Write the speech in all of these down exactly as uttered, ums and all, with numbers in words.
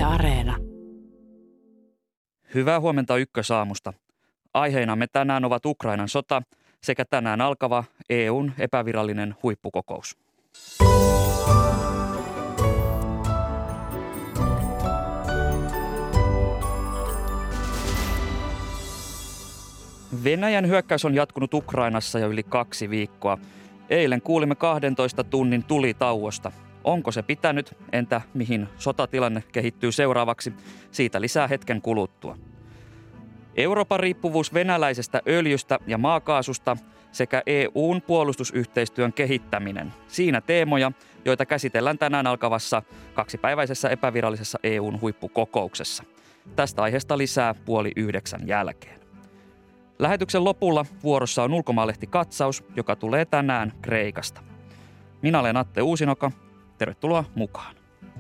Areena. Hyvää huomenta Ykkösaamusta. Aiheinamme tänään ovat Ukrainan sota sekä tänään alkava E U:n epävirallinen huippukokous. Venäjän hyökkäys on jatkunut Ukrainassa jo yli kaksi viikkoa. Eilen kuulimme kahdentoista tunnin tulitauosta. Onko se pitänyt? Entä mihin sotatilanne kehittyy seuraavaksi? Siitä lisää hetken kuluttua. Euroopan riippuvuus venäläisestä öljystä ja maakaasusta sekä E U:n puolustusyhteistyön kehittäminen. Siinä teemoja, joita käsitellään tänään alkavassa kaksipäiväisessä epävirallisessa E U:n huippukokouksessa. Tästä aiheesta lisää puoli yhdeksän jälkeen. Lähetyksen lopulla vuorossa on Ulkomaalehti katsaus, joka tulee tänään Kreikasta. Minä olen Atte Uusinoka. Tervetuloa mukaan.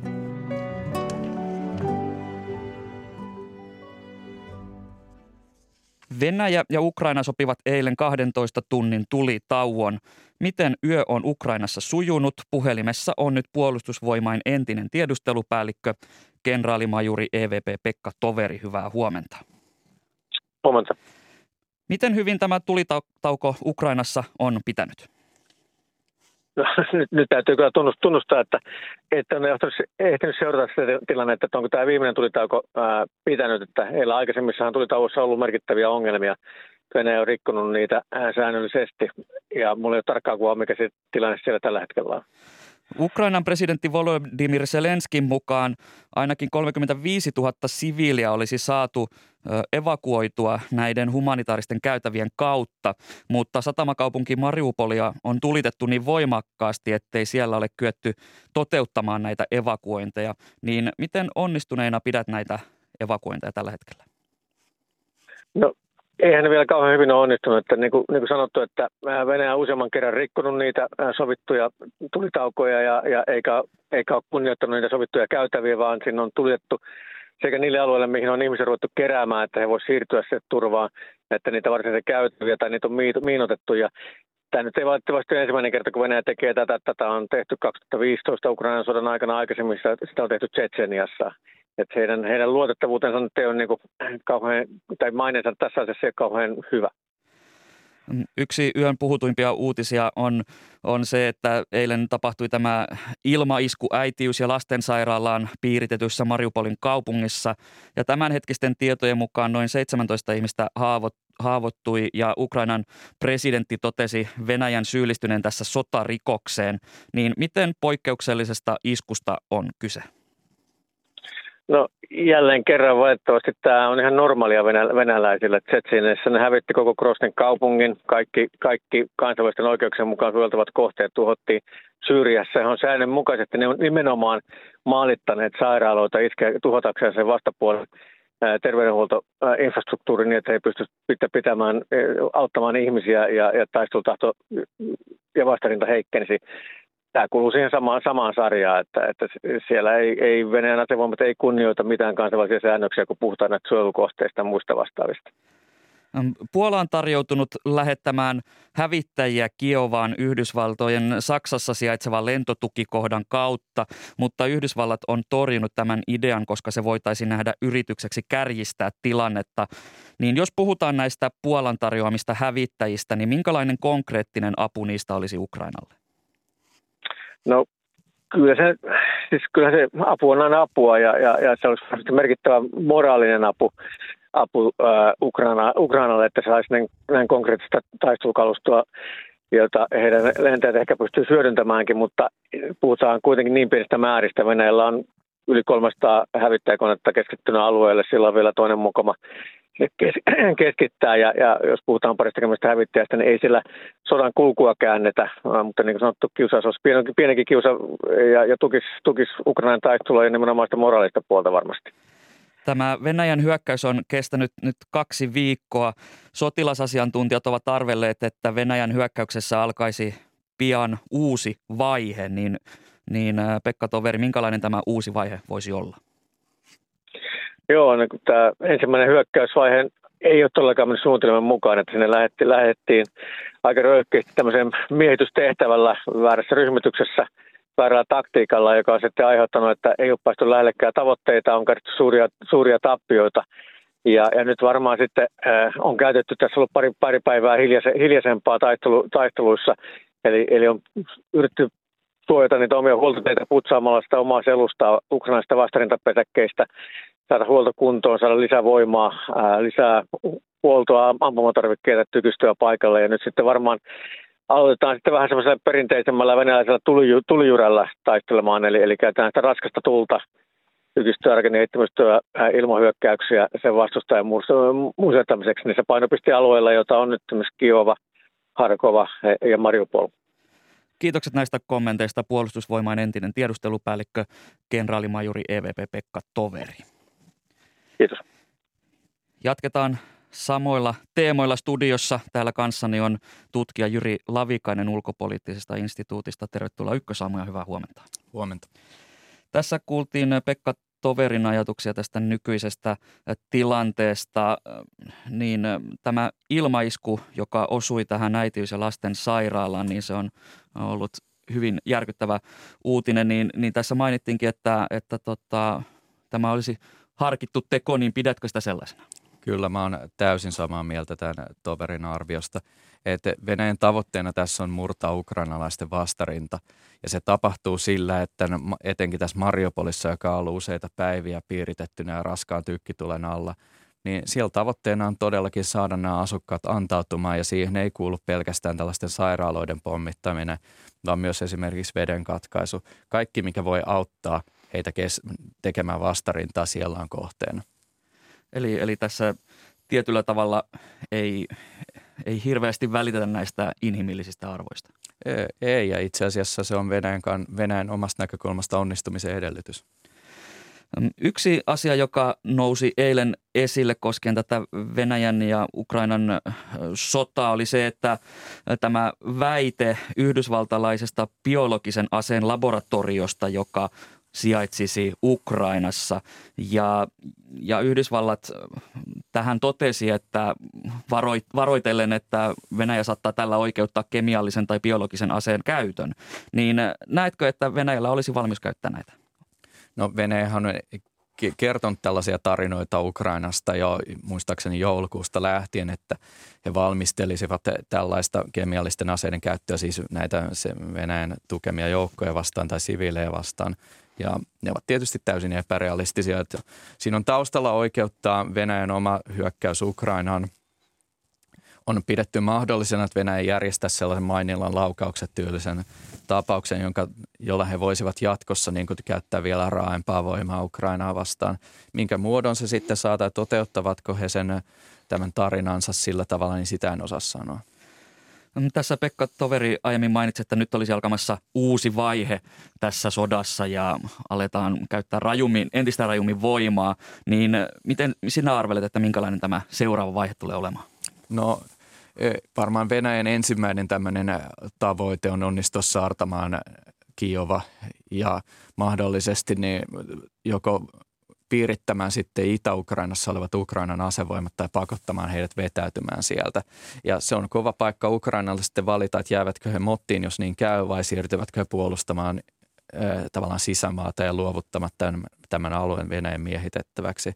Venäjä ja Ukraina sopivat eilen kahdentoista tunnin tulitauon. Miten yö on Ukrainassa sujunut? Puhelimessa on nyt puolustusvoimain entinen tiedustelupäällikkö, kenraalimajuri E V P Pekka Toveri. Hyvää huomenta. Huomenta. Miten hyvin tämä tulitauko Ukrainassa on pitänyt? No, nyt, nyt täytyy kyllä tunnustaa, että, että on ehtinyt seurata sitä tilannetta, että onko tämä viimeinen tulitauko ää, pitänyt, että heillä aikaisemmissahan tulitauossa on ollut merkittäviä ongelmia. Venäjä on rikkonut niitä ää, säännöllisesti ja mulla ei ole tarkkaa kuvaa, mikä se tilanne siellä tällä hetkellä on. Ukrainan presidentti Volodymyr Zelenskin mukaan ainakin kolmekymmentäviisituhatta siviiliä olisi saatu evakuoitua näiden humanitaaristen käytävien kautta, mutta satamakaupunki Mariupolia on tulitettu niin voimakkaasti, ettei siellä ole kyetty toteuttamaan näitä evakuointeja. Niin miten onnistuneina pidät näitä evakuointeja tällä hetkellä? No. Eihän ne vielä kauhean hyvin ole onnistunut. Että niin, kuin, niin kuin sanottu, että Venäjä on useamman kerran rikkonut niitä sovittuja tulitaukoja ja, ja eikä, eikä ole kunnioittanut niitä sovittuja käytäviä, vaan sinne on tulitettu sekä niille alueille, mihin on ihmisiä ruvettu keräämään, että he voisivat siirtyä se turvaan, että niitä varsinaisia käytäviä tai niitä on miinotettu. Ja tämä nyt ei valitettavasti ole ensimmäinen kerta, kun Venäjä tekee tätä. Tätä on tehty kaksituhattaviisitoista Ukrainan sodan aikana aikaisemmin, sitä on tehty Tšetšeniassa. Että heidän, heidän luotettavuutensa nyt ei ole niin kuin kauhean, tai maineensa tässä asiassa ei ole kauhean hyvä. Yksi yön puhutuimpia uutisia on, on se, että eilen tapahtui tämä ilmaisku äitiys- ja lastensairaalaan piiritetyssä Mariupolin kaupungissa. Ja tämänhetkisten tietojen mukaan noin seitsemäntoista ihmistä haavot, haavoittui ja Ukrainan presidentti totesi Venäjän syyllistyneen tässä sotarikokseen. Niin miten poikkeuksellisesta iskusta on kyse? No jälleen kerran valitettavasti tämä on ihan normaalia venä- venäläisille. Tšetšeniassa ne hävitti koko Groznin kaupungin. Kaikki, kaikki kansainvälisten oikeuksien mukaan suojeltavat kohteet tuhottiin Syyriassa. He on säännönmukaisesti ne on nimenomaan maalittaneet sairaaloita iskeä tuhotakseen sen vastapuolen terveydenhuoltoinfrastruktuurin niin, että he pysty pitämään, auttamaan ihmisiä ja, ja taistelutahto ja vastarinta heikkenisi. Tämä kuuluu siihen samaan, samaan sarjaan, että, että siellä ei, ei Venäjän asevoimat ei kunnioita mitään kansainvälisiä säännöksiä, kun puhutaan näistä suojelukohteista ja muista vastaavista. Puola on tarjoutunut lähettämään hävittäjiä Kiovaan Yhdysvaltojen Saksassa sijaitsevan lentotukikohdan kautta, mutta Yhdysvallat on torjunut tämän idean, koska se voitaisiin nähdä yritykseksi kärjistää tilannetta. Niin jos puhutaan näistä Puolan tarjoamista hävittäjistä, niin minkälainen konkreettinen apu niistä olisi Ukrainalle? No kyllä se, siis kyllä se apu on aina apua ja, ja, ja se olisi merkittävä moraalinen apu, apu ää, Ukraina, Ukrainalle, että se saisi näin, näin konkreettista taistelukalustoa, jota heidän lentäjät ehkä pystyy hyödyntämäänkin, mutta puhutaan kuitenkin niin pienistä määristä. Venäjällä on yli kolmesataa hävittäjäkonetta keskittynä alueelle, sillä on vielä toinen mukama keskittää ja, ja jos puhutaan paristakymmenestä hävittäjästä, niin ei sillä sodan kulkua käännetä, mutta niin kuin sanottu, kiusaus olisi pienenkin, pienenkin kiusa ja, ja tukisi, tukisi Ukrainan taistelua ja nimenomaan sitä moraalista puolta varmasti. Tämä Venäjän hyökkäys on kestänyt nyt kaksi viikkoa. Sotilasasiantuntijat ovat arvelleet, että Venäjän hyökkäyksessä alkaisi pian uusi vaihe, niin, niin Pekka Toveri, minkälainen tämä uusi vaihe voisi olla? Joo, niin tämä ensimmäinen hyökkäysvaihe ei ole todellakaan mennyt suunnitelman mukaan, että sinne lähdettiin, lähdettiin aika röyhkeästi tämmöiseen miehitystehtävällä väärässä ryhmityksessä väärällä taktiikalla, joka on sitten aiheuttanut, että ei ole päästy lähellekään tavoitteita, on kärsitty suuria, suuria tappioita. Ja, ja nyt varmaan sitten äh, on käytetty, tässä ollut pari, pari päivää hiljaise, hiljaisempaa taistelu, taisteluissa, eli, eli on yritetty suojata niitä omia huoltoteitä putsaamalla sitä omaa selustaa ukrainaisista vastarintapesäkkeistä, saada huoltokuntoon, saada lisää voimaa, ää, lisää huoltoa, ampumatarvikkeita, tykistöä paikalle. Ja nyt sitten varmaan aloitetaan sitten vähän semmoisella perinteisemmällä venäläisellä tuliju, tulijuralla taistelemaan, eli, eli käytetään sitä raskasta tulta, tykistöä, rakennehittämistöä, ilmahyökkäyksiä sen vastustajan musettamiseksi niissä painopistealueilla, joita on nyt esimerkiksi Kiova, Harkova ja Mariupol. Kiitokset näistä kommenteista Puolustusvoimain entinen tiedustelupäällikkö, kenraalimajuri E V P Pekka Toveri. Kiitos. Jatketaan samoilla teemoilla studiossa. Täällä kanssani on tutkija Jyri Lavikainen Ulkopoliittisesta instituutista. Tervetuloa Ykkösaamuun ja hyvää huomenta. Huomenta. Tässä kuultiin Pekka Toverin ajatuksia tästä nykyisestä tilanteesta, niin tämä ilmaisku, joka osui tähän äitiys- ja lasten sairaalaan, niin se on ollut hyvin järkyttävä uutinen, niin, niin tässä mainittiinkin, että, että tota, tämä olisi harkittu teko, niin pidätkö sitä sellaisena? Kyllä, mä oon täysin samaa mieltä tämän Toverin arviosta, että Venäjän tavoitteena tässä on murtaa ukrainalaisten vastarinta. Ja se tapahtuu sillä, että etenkin tässä Mariupolissa, joka on ollut useita päiviä piiritettynä ja raskaan tykkitulen alla, niin siellä tavoitteena on todellakin saada nämä asukkaat antautumaan, ja siihen ei kuulu pelkästään tällaisten sairaaloiden pommittaminen, vaan myös esimerkiksi veden katkaisu. Kaikki, mikä voi auttaa heitä kes- tekemään vastarintaa, siellä on kohteena. Eli, eli tässä tietyllä tavalla ei, ei hirveästi välitetä näistä inhimillisistä arvoista. Ei, ja itse asiassa se on Venäjän, Venäjän omasta näkökulmasta onnistumisen edellytys. Yksi asia, joka nousi eilen esille koskien tätä Venäjän ja Ukrainan sotaa, oli se, että tämä väite yhdysvaltalaisesta biologisen aseen laboratoriosta, joka sijaitsisi Ukrainassa. Ja, ja Yhdysvallat tähän totesi, että varoit, varoitellen, että Venäjä saattaa tällä oikeuttaa kemiallisen tai biologisen aseen käytön. Niin näetkö, että Venäjällä olisi valmis käyttää näitä? No Venäjähän on kertonut tällaisia tarinoita Ukrainasta jo muistaakseni joulukuusta lähtien, että he valmistelisivat tällaista kemiallisten aseiden käyttöä, siis näitä Venäjän tukemia joukkoja vastaan tai siviilejä vastaan. Ja ne ovat tietysti täysin epärealistisia. Että siinä on taustalla oikeuttaa Venäjän oma hyökkäys Ukrainaan. On pidetty mahdollisena, että Venäjä järjestää sellaisen Mainilan laukaukset tyylisen tapauksen, jonka, jolla he voisivat jatkossa niin kuin käyttää vielä raaempaa voimaa Ukrainaa vastaan. Minkä muodon se sitten saa tai toteuttavatko he sen tämän tarinansa sillä tavalla, niin sitä en osaa sanoa. Tässä Pekka Toveri aiemmin mainitsi, että nyt olisi alkamassa uusi vaihe tässä sodassa ja aletaan käyttää rajummin, entistä rajummin voimaa. Niin miten sinä arvelet, että minkälainen tämä seuraava vaihe tulee olemaan? No varmaan Venäjän ensimmäinen tämmöinen tavoite on onnistua saartamaan Kiova ja mahdollisesti niin joko piirittämään sitten Itä-Ukrainassa olevat Ukrainan asevoimat tai pakottamaan heidät vetäytymään sieltä. Ja se on kova paikka Ukrainalle sitten valita, että jäävätkö he mottiin, jos niin käy, vai siirtyvätkö he puolustamaan äh, tavallaan sisämaata ja luovuttamat tämän, tämän alueen Venäjän miehitettäväksi.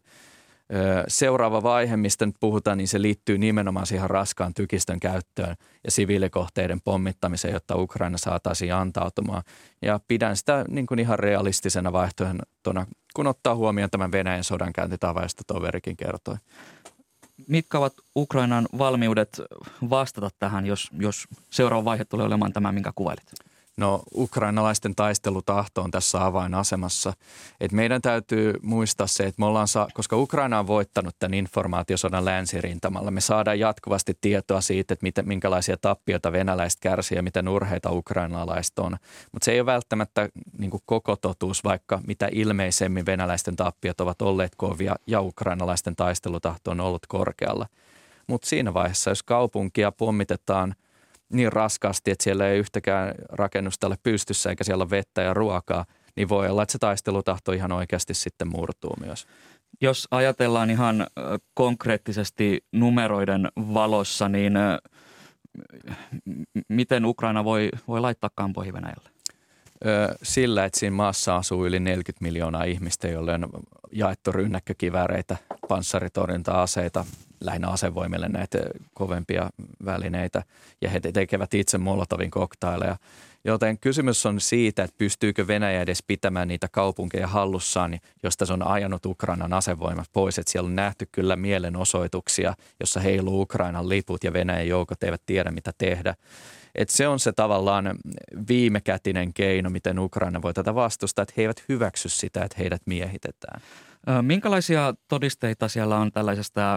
Seuraava vaihe, mistä nyt puhutaan, niin se liittyy nimenomaan siihen raskaan tykistön käyttöön ja siviilikohteiden pommittamiseen, jotta Ukraina saataisiin antautumaan. Ja pidän sitä niin kuin ihan realistisena vaihtoehtona, kun ottaa huomioon tämän Venäjän sodankäyntitavan, josta Toverikin kertoi. Mitkä ovat Ukrainan valmiudet vastata tähän, jos, jos seuraava vaihe tulee olemaan tämä, minkä kuvailit? No ukrainalaisten taistelutahto on tässä avainasemassa. Et meidän täytyy muistaa se, että me ollaan, saa, koska Ukraina on voittanut tämän informaatiosodan länsirintamalla, me saadaan jatkuvasti tietoa siitä, että miten, minkälaisia tappioita venäläiset kärsii ja miten urheita ukrainalaiset on. Mutta se ei ole välttämättä niin kuin koko totuus, vaikka mitä ilmeisemmin venäläisten tappiot ovat olleet kovia ja ukrainalaisten taistelutahto on ollut korkealla. Mutta siinä vaiheessa, jos kaupunkia pommitetaan niin raskaasti, että siellä ei yhtäkään rakennusta ole pystyssä eikä siellä ole vettä ja ruokaa, niin voi olla, että se taistelutahto ihan oikeasti sitten murtuu myös. Jos ajatellaan ihan konkreettisesti numeroiden valossa, niin miten Ukraina voi, voi laittaa kampoihin Venäjälle? sillä, että siinä maassa asuu yli neljäkymmentä miljoonaa ihmistä, joille on jaettu rynnäkkökivääreitä, panssaritorjunta-aseita, lähinnä asevoimille näitä kovempia välineitä, ja he tekevät itse Molotovin koktaileja. Joten kysymys on siitä, että pystyykö Venäjä edes pitämään niitä kaupunkeja hallussaan, josta se on ajanut Ukrainan asevoimat pois. Että siellä on nähty kyllä mielenosoituksia, jossa heiluu Ukrainan liput ja Venäjän joukot eivät tiedä, mitä tehdä. Että se on se tavallaan viimekätinen keino, miten Ukraina voi tätä vastustaa, että he eivät hyväksy sitä, että heidät miehitetään. Minkälaisia todisteita siellä on tällaisesta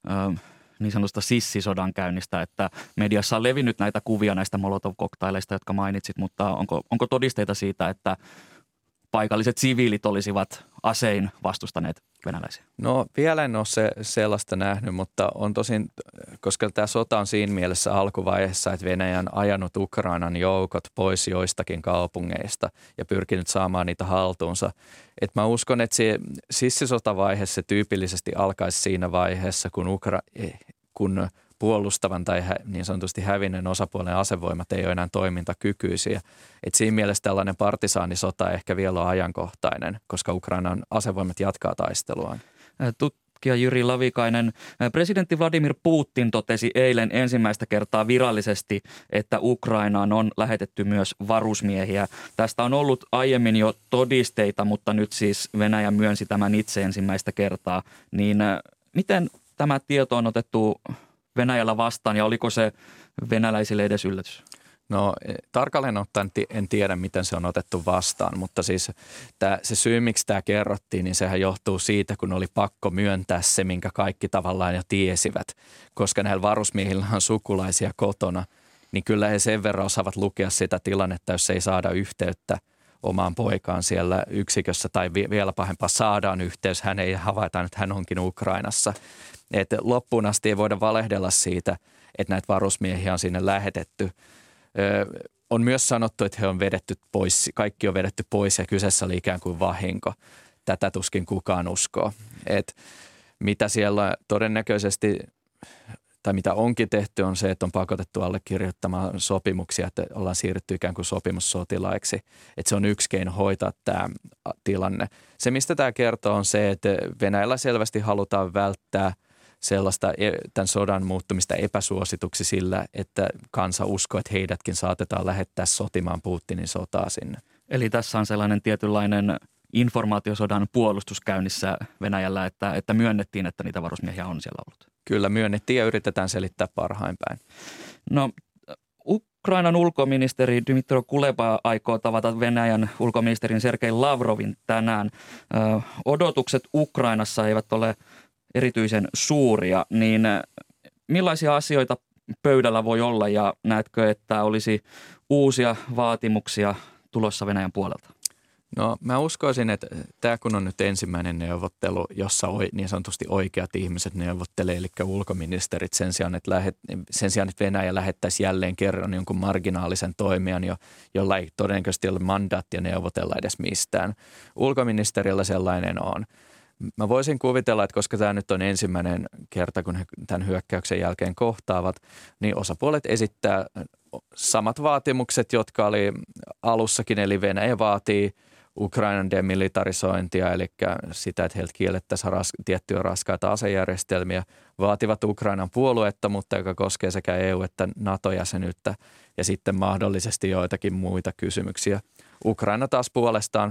niin sanotusta sissisodan käynnistä, että mediassa on levinnyt näitä kuvia näistä Molotov-koktaileista, jotka mainitsit, mutta onko, onko todisteita siitä, että paikalliset siviilit olisivat asein vastustaneet venäläisiä? No vielä en ole se, sellaista nähnyt, mutta on tosin, koska tämä sota on siinä mielessä alkuvaiheessa, että Venäjä on ajanut Ukrainan joukot pois joistakin kaupungeista ja pyrkinyt saamaan niitä haltuunsa. Et mä uskon, että se sissisotavaihe se tyypillisesti alkaisi siinä vaiheessa, kun, Ukra- kun puolustavan tai niin sanotusti hävinneen osapuolen asevoimat ei ole enää toimintakykyisiä. Et siinä mielessä tällainen partisaanisota ehkä vielä on ajankohtainen, koska Ukrainan asevoimat jatkaa taisteluaan. Tutkija Jyri Lavikainen, presidentti Vladimir Putin totesi eilen ensimmäistä kertaa virallisesti, että Ukrainaan on lähetetty myös varusmiehiä. Tästä on ollut aiemmin jo todisteita, mutta nyt siis Venäjä myönsi tämän itse ensimmäistä kertaa. Niin miten tämä tieto on otettu Venäjällä vastaan ja oliko se venäläisille edes yllätys? No tarkalleen ottaen en tiedä, miten se on otettu vastaan, mutta siis tämä, se syy, miksi tämä kerrottiin, niin sehän johtuu siitä, kun oli pakko myöntää se, minkä kaikki tavallaan jo tiesivät. Koska näillä varusmiehillä on sukulaisia kotona, niin kyllä he sen verran osaavat lukea sitä tilannetta, jos ei saada yhteyttä omaan poikaan siellä yksikössä tai vielä pahempaa saadaan yhteys. Hän ei havaita, että hän onkin Ukrainassa. Että loppuun asti ei voida valehdella siitä, että näitä varusmiehiä on sinne lähetetty. Ö, on myös sanottu, että he on vedetty pois, kaikki on vedetty pois ja kyseessä oli ikään kuin vahinko. Tätä tuskin kukaan uskoo. Et mitä siellä todennäköisesti, tai mitä onkin tehty, on se, että on pakotettu allekirjoittamaan sopimuksia, että ollaan siirrytty ikään kuin sopimussotilaiksi. Että se on yksi keino hoitaa tämä tilanne. Se, mistä tämä kertoo, on se, että Venäjällä selvästi halutaan välttää sellaista tämän sodan muuttumista epäsuosituksi sillä, että kansa uskoo, että heidätkin saatetaan lähettää sotimaan Putinin sotaa sinne. Eli tässä on sellainen tietynlainen informaatiosodan puolustus käynnissä Venäjällä, että, että myönnettiin, että niitä varusmiehiä on siellä ollut. Kyllä myönnettiin ja yritetään selittää parhain päin. No Ukrainan ulkoministeri Dmytro Kuleba aikoo tavata Venäjän ulkoministerin Sergei Lavrovin tänään. Ö, odotukset Ukrainassa eivät ole erityisen suuria, niin millaisia asioita pöydällä voi olla ja näetkö, että olisi uusia vaatimuksia tulossa Venäjän puolelta? No mä uskoisin, että tämä kun on nyt ensimmäinen neuvottelu, jossa niin sanotusti oikeat ihmiset neuvottelee, eli ulkoministerit sen sijaan, että, lähet, sen sijaan, että Venäjä lähettäisi jälleen kerran jonkun marginaalisen toimijan, jo, jolla ei todennäköisesti ole mandaattia neuvotella edes mistään. Ulkoministerillä sellainen on. Mä voisin kuvitella, että koska tämä nyt on ensimmäinen kerta, kun he tämän hyökkäyksen jälkeen kohtaavat, niin osapuolet esittää samat vaatimukset, jotka oli alussakin, eli Venäjä vaatii Ukrainan demilitarisointia, eli sitä, että heiltä kiellettäisiin ras, tiettyjä raskaita asejärjestelmiä, vaativat Ukrainan puolueettomuutta, joka koskee sekä E U- että NATO-jäsenyyttä, ja sitten mahdollisesti joitakin muita kysymyksiä. Ukraina taas puolestaan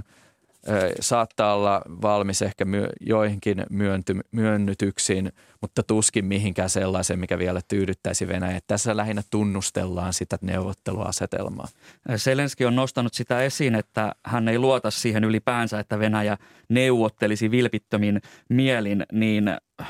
saattaa olla valmis ehkä myö, joihinkin myönty, myönnytyksiin, mutta tuskin mihinkään sellaiseen, mikä vielä tyydyttäisi Venäjä. Tässä lähinnä tunnustellaan sitä neuvotteluasetelmaa. Zelenski on nostanut sitä esiin, että hän ei luota siihen ylipäänsä, että Venäjä neuvottelisi vilpittömin mielin, niin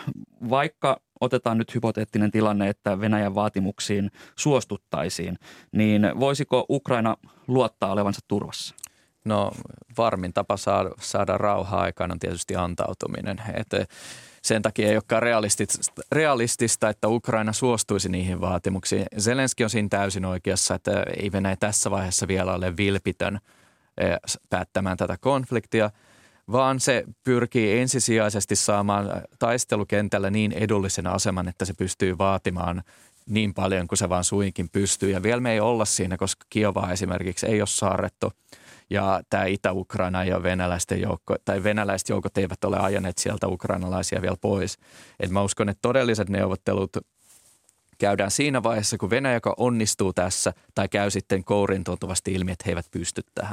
vaikka otetaan nyt hypoteettinen tilanne, että Venäjän vaatimuksiin suostuttaisiin, niin voisiko Ukraina luottaa olevansa turvassa? No varmin tapa saada, saada rauhaa aikaan on tietysti antautuminen. Että sen takia ei olekaan realistista, realistista, että Ukraina suostuisi niihin vaatimuksiin. Zelenski on siinä täysin oikeassa, että ei Venäjä tässä vaiheessa vielä ole vilpitön päättämään tätä konfliktia, vaan se pyrkii ensisijaisesti saamaan taistelukentällä niin edullisen aseman, että se pystyy vaatimaan niin paljon kuin se vaan suinkin pystyy. Ja vielä me ei olla siinä, koska Kiovaa esimerkiksi ei ole saarrettu. Ja tämä Itä-Ukraina ja venäläisten joukko, tai venäläiset joukot eivät ole ajaneet sieltä ukrainalaisia vielä pois. Et mä uskon, että todelliset neuvottelut käydään siinä vaiheessa, kun Venäjä onnistuu tässä tai käy sitten kourin tuntuvasti ilmi, että he eivät pysty tähän.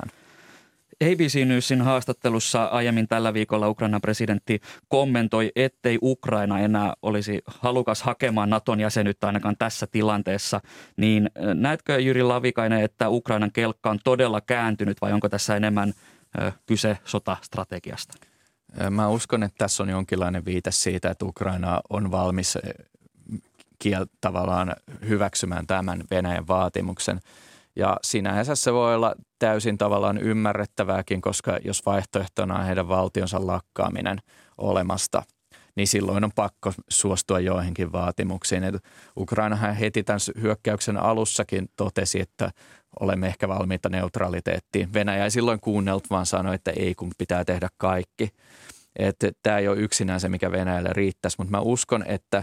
A B C Newsin haastattelussa aiemmin tällä viikolla Ukrainan presidentti kommentoi, ettei Ukraina enää olisi halukas hakemaan Naton jäsenyyttä ainakaan tässä tilanteessa. Niin näetkö, Jyri Lavikainen, että Ukrainan kelkka on todella kääntynyt vai onko tässä enemmän ö, kyse sotastrategiasta? Mä uskon, että tässä on jonkinlainen viite siitä, että Ukraina on valmis kiel, tavallaan hyväksymään tämän Venäjän vaatimuksen. Ja sinänsä se voi olla täysin tavallaan ymmärrettävääkin, koska jos vaihtoehtona on heidän valtionsa lakkaaminen olemasta, niin silloin on pakko suostua joihinkin vaatimuksiin. Et Ukrainahan heti tämän hyökkäyksen alussakin totesi, että olemme ehkä valmiita neutraliteettiin. Venäjä ei silloin kuunnellut, vaan sanoi, että ei, kun pitää tehdä kaikki. Tämä ei ole yksinään se, mikä Venäjälle riittäisi, mutta mä uskon, että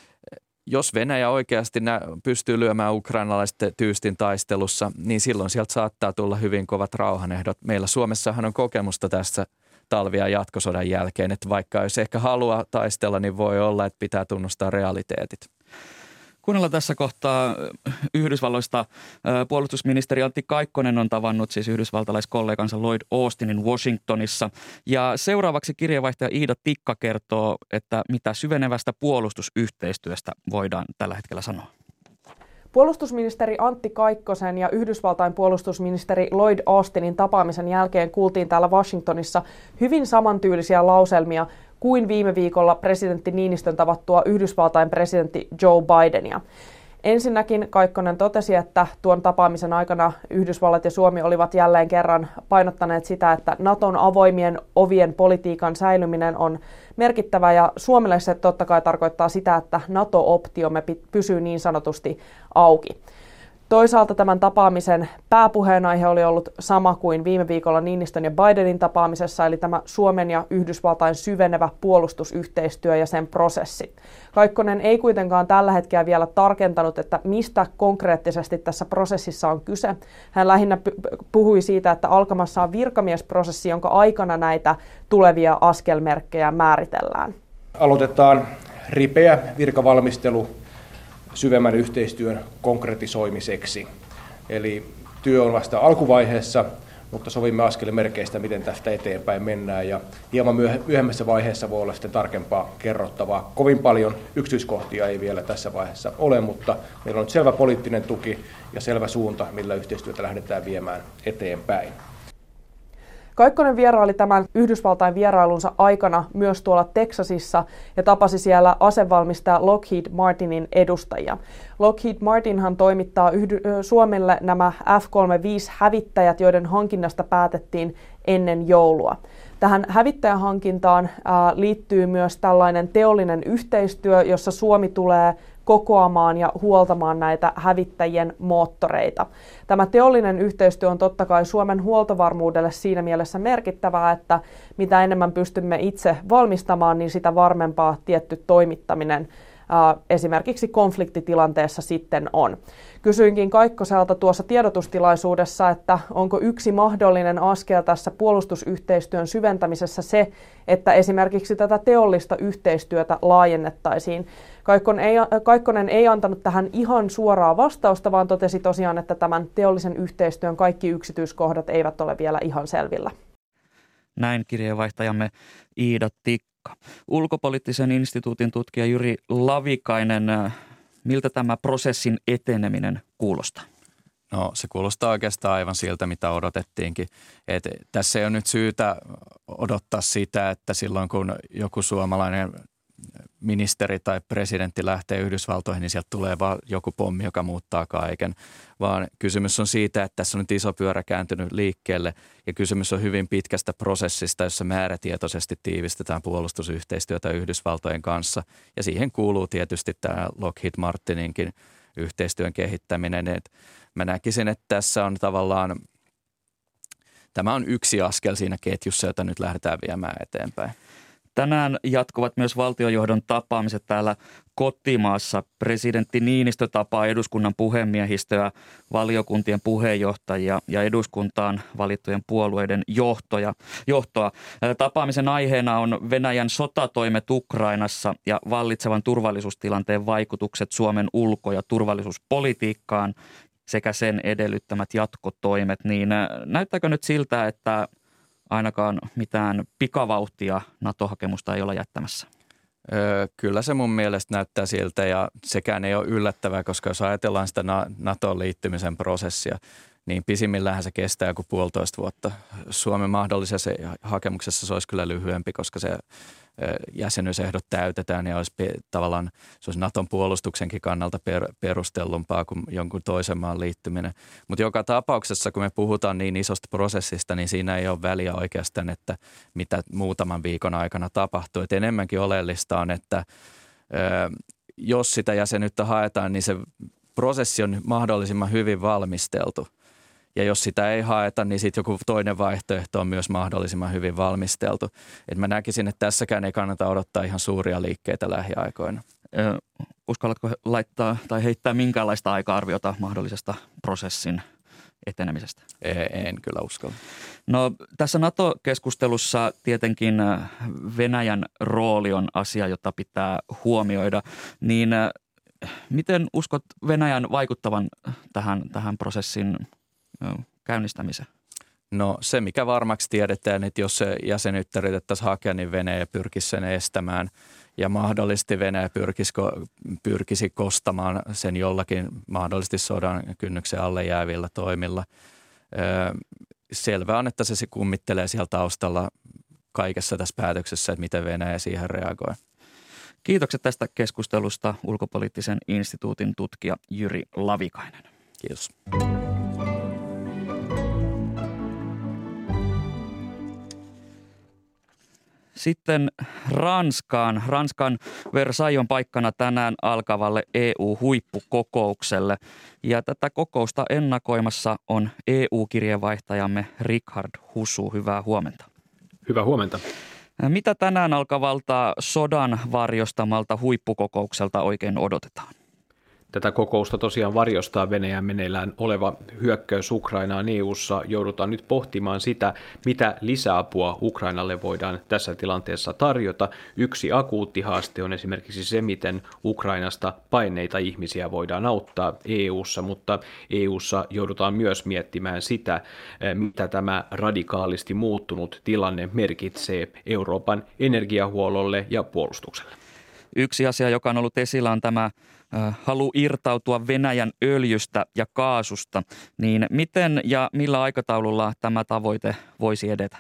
jos Venäjä oikeasti pystyy lyömään ukrainalaiset tyystin taistelussa, niin silloin sieltä saattaa tulla hyvin kovat rauhanehdot. Meillä Suomessahan on kokemusta tässä talvi- ja jatkosodan jälkeen, että vaikka jos ehkä haluaa taistella, niin voi olla, että pitää tunnustaa realiteetit. Kuunnellaan tässä kohtaa Yhdysvalloista. Puolustusministeri Antti Kaikkonen on tavannut siis yhdysvaltalaiskollegansa Lloyd Austinin Washingtonissa. Ja seuraavaksi kirjeenvaihtaja Iida Tikka kertoo, että mitä syvenevästä puolustusyhteistyöstä voidaan tällä hetkellä sanoa. Puolustusministeri Antti Kaikkosen ja Yhdysvaltain puolustusministeri Lloyd Austinin tapaamisen jälkeen kuultiin täällä Washingtonissa hyvin samantyylisiä lauselmia kuin viime viikolla presidentti Niinistön tavattua Yhdysvaltain presidentti Joe Bidenia. Ensinnäkin Kaikkonen totesi, että tuon tapaamisen aikana Yhdysvallat ja Suomi olivat jälleen kerran painottaneet sitä, että Naton avoimien ovien politiikan säilyminen on merkittävä ja Suomelle se totta kai tarkoittaa sitä, että NATO-optiomme pysyy niin sanotusti auki. Toisaalta tämän tapaamisen pääpuheenaihe oli ollut sama kuin viime viikolla Niinistön ja Bidenin tapaamisessa, eli tämä Suomen ja Yhdysvaltain syvenevä puolustusyhteistyö ja sen prosessi. Kaikkonen ei kuitenkaan tällä hetkellä vielä tarkentanut, että mistä konkreettisesti tässä prosessissa on kyse. Hän lähinnä puhui siitä, että alkamassa on virkamiesprosessi, jonka aikana näitä tulevia askelmerkkejä määritellään. Aloitetaan ripeä virkavalmistelu syvemmän yhteistyön konkretisoimiseksi. Eli työ on vasta alkuvaiheessa, mutta sovimme askelmerkeistä, miten tästä eteenpäin mennään. Ja hieman myöhemmässä vaiheessa voi olla sitten tarkempaa kerrottavaa. Kovin paljon yksityiskohtia ei vielä tässä vaiheessa ole, mutta meillä on nyt selvä poliittinen tuki ja selvä suunta, millä yhteistyötä lähdetään viemään eteenpäin. Kaikkonen vieraili tämän Yhdysvaltain vierailunsa aikana myös tuolla Teksasissa ja tapasi siellä asevalmistaja Lockheed Martinin edustajia. Lockheed Martinhan toimittaa Yhdy- Suomelle nämä F kolmekymmentäviisi-hävittäjät, joiden hankinnasta päätettiin ennen joulua. Tähän hävittäjähankintaan ää, liittyy myös tällainen teollinen yhteistyö, jossa Suomi tulee kokoamaan ja huoltamaan näitä hävittäjien moottoreita. Tämä teollinen yhteistyö on totta kai Suomen huoltovarmuudelle siinä mielessä merkittävää, että mitä enemmän pystymme itse valmistamaan, niin sitä varmempaa tietty toimittaminen ää, esimerkiksi konfliktitilanteessa sitten on. Kysyinkin Kaikkoselta tuossa tiedotustilaisuudessa, että onko yksi mahdollinen askel tässä puolustusyhteistyön syventämisessä se, että esimerkiksi tätä teollista yhteistyötä laajennettaisiin. Kaikkonen ei, Kaikkonen ei antanut tähän ihan suoraa vastausta, vaan totesi tosiaan, että tämän teollisen yhteistyön kaikki yksityiskohdat eivät ole vielä ihan selvillä. Näin kirjeenvaihtajamme Iida Tikka. Ulkopoliittisen instituutin tutkija Jyri Lavikainen, miltä tämä prosessin eteneminen kuulostaa? No se kuulostaa oikeastaan aivan siltä, mitä odotettiinkin. Et tässä ei ole nyt syytä odottaa sitä, että silloin kun joku suomalainen ministeri tai presidentti lähtee Yhdysvaltoihin, niin sieltä tulee vaan joku pommi, joka muuttaa kaiken. Vaan kysymys on siitä, että tässä on nyt iso pyörä kääntynyt liikkeelle ja kysymys on hyvin pitkästä prosessista, jossa määrätietoisesti tiivistetään puolustusyhteistyötä Yhdysvaltojen kanssa. Ja siihen kuuluu tietysti tämä Lockheed Martininkin yhteistyön kehittäminen. Et mä näkisin, että tässä on tavallaan, tämä on yksi askel siinä ketjussa, jota nyt lähdetään viemään eteenpäin. Tänään jatkuvat myös valtiojohdon tapaamiset täällä kotimaassa. Presidentti Niinistö tapaa eduskunnan puhemiehistöä, valiokuntien puheenjohtajia ja eduskuntaan valittujen puolueiden johtoja, johtoa. Tapaamisen aiheena on Venäjän sotatoimet Ukrainassa ja vallitsevan turvallisuustilanteen vaikutukset Suomen ulko- ja turvallisuuspolitiikkaan sekä sen edellyttämät jatkotoimet. Niin näyttääkö nyt siltä, että ainakaan mitään pikavauhtia NATO-hakemusta ei olla jättämässä? Öö, kyllä se mun mielestä näyttää siltä ja sekään ei ole yllättävää, koska jos ajatellaan sitä NATOon liittymisen prosessia, niin pisimmilläänhän se kestää joku puolitoista vuotta. Suomen mahdollisessa hakemuksessa se olisi kyllä lyhyempi, koska se jäsenyysehdot täytetään ja olisi tavallaan se olisi Naton puolustuksenkin kannalta per, perustellumpaa kuin jonkun toisen maan liittyminen. Mutta joka tapauksessa, kun me puhutaan niin isosta prosessista, niin siinä ei ole väliä oikeastaan, että mitä muutaman viikon aikana tapahtuu. Et enemmänkin oleellista on, että ö, jos sitä jäsenyyttä haetaan, niin se prosessi on mahdollisimman hyvin valmisteltu. Ja jos sitä ei haeta, niin sitten joku toinen vaihtoehto on myös mahdollisimman hyvin valmisteltu. Et mä näkisin, että tässäkään ei kannata odottaa ihan suuria liikkeitä lähiaikoina. Ö, uskallatko laittaa tai heittää minkäänlaista aika-arviota mahdollisesta prosessin etenemisestä? En kyllä uskalla. No tässä NATO-keskustelussa tietenkin Venäjän rooli on asia, jota pitää huomioida. Niin miten uskot Venäjän vaikuttavan tähän, tähän prosessin käynnistämiseen? No se, mikä varmaksi tiedetään, että jos se jäsenyyttä yritettäisiin hakea, niin Venäjä pyrkisi sen estämään ja mahdollisesti Venäjä pyrkisi, pyrkisi kostamaan sen jollakin mahdollisesti sodan kynnyksen alle jäävillä toimilla. Selvää on, että se kummittelee siellä taustalla kaikessa tässä päätöksessä, että miten Venäjä siihen reagoi. Kiitokset tästä keskustelusta Ulkopoliittisen instituutin tutkija Jyri Lavikainen. Kiitos. Sitten Ranskaan. Ranskan Versailles on paikkana tänään alkavalle E U-huippukokoukselle. Ja tätä kokousta ennakoimassa on E U-kirjeenvaihtajamme Richard Husu. Hyvää huomenta. Hyvää huomenta. Mitä tänään alkavalta sodan varjostamalta huippukokoukselta oikein odotetaan? Tätä kokousta tosiaan varjostaa Venäjän meneillään oleva hyökkäys Ukrainaan E U:ssa. Joudutaan nyt pohtimaan sitä, mitä lisäapua Ukrainalle voidaan tässä tilanteessa tarjota. Yksi akuutti haaste on esimerkiksi se, miten Ukrainasta paineita ihmisiä voidaan auttaa E U:ssa, mutta E U:ssa joudutaan myös miettimään sitä, mitä tämä radikaalisti muuttunut tilanne merkitsee Euroopan energiahuollolle ja puolustukselle. Yksi asia, joka on ollut esillä, on tämä halu irtautua Venäjän öljystä ja kaasusta. Niin miten ja millä aikataululla tämä tavoite voisi edetä?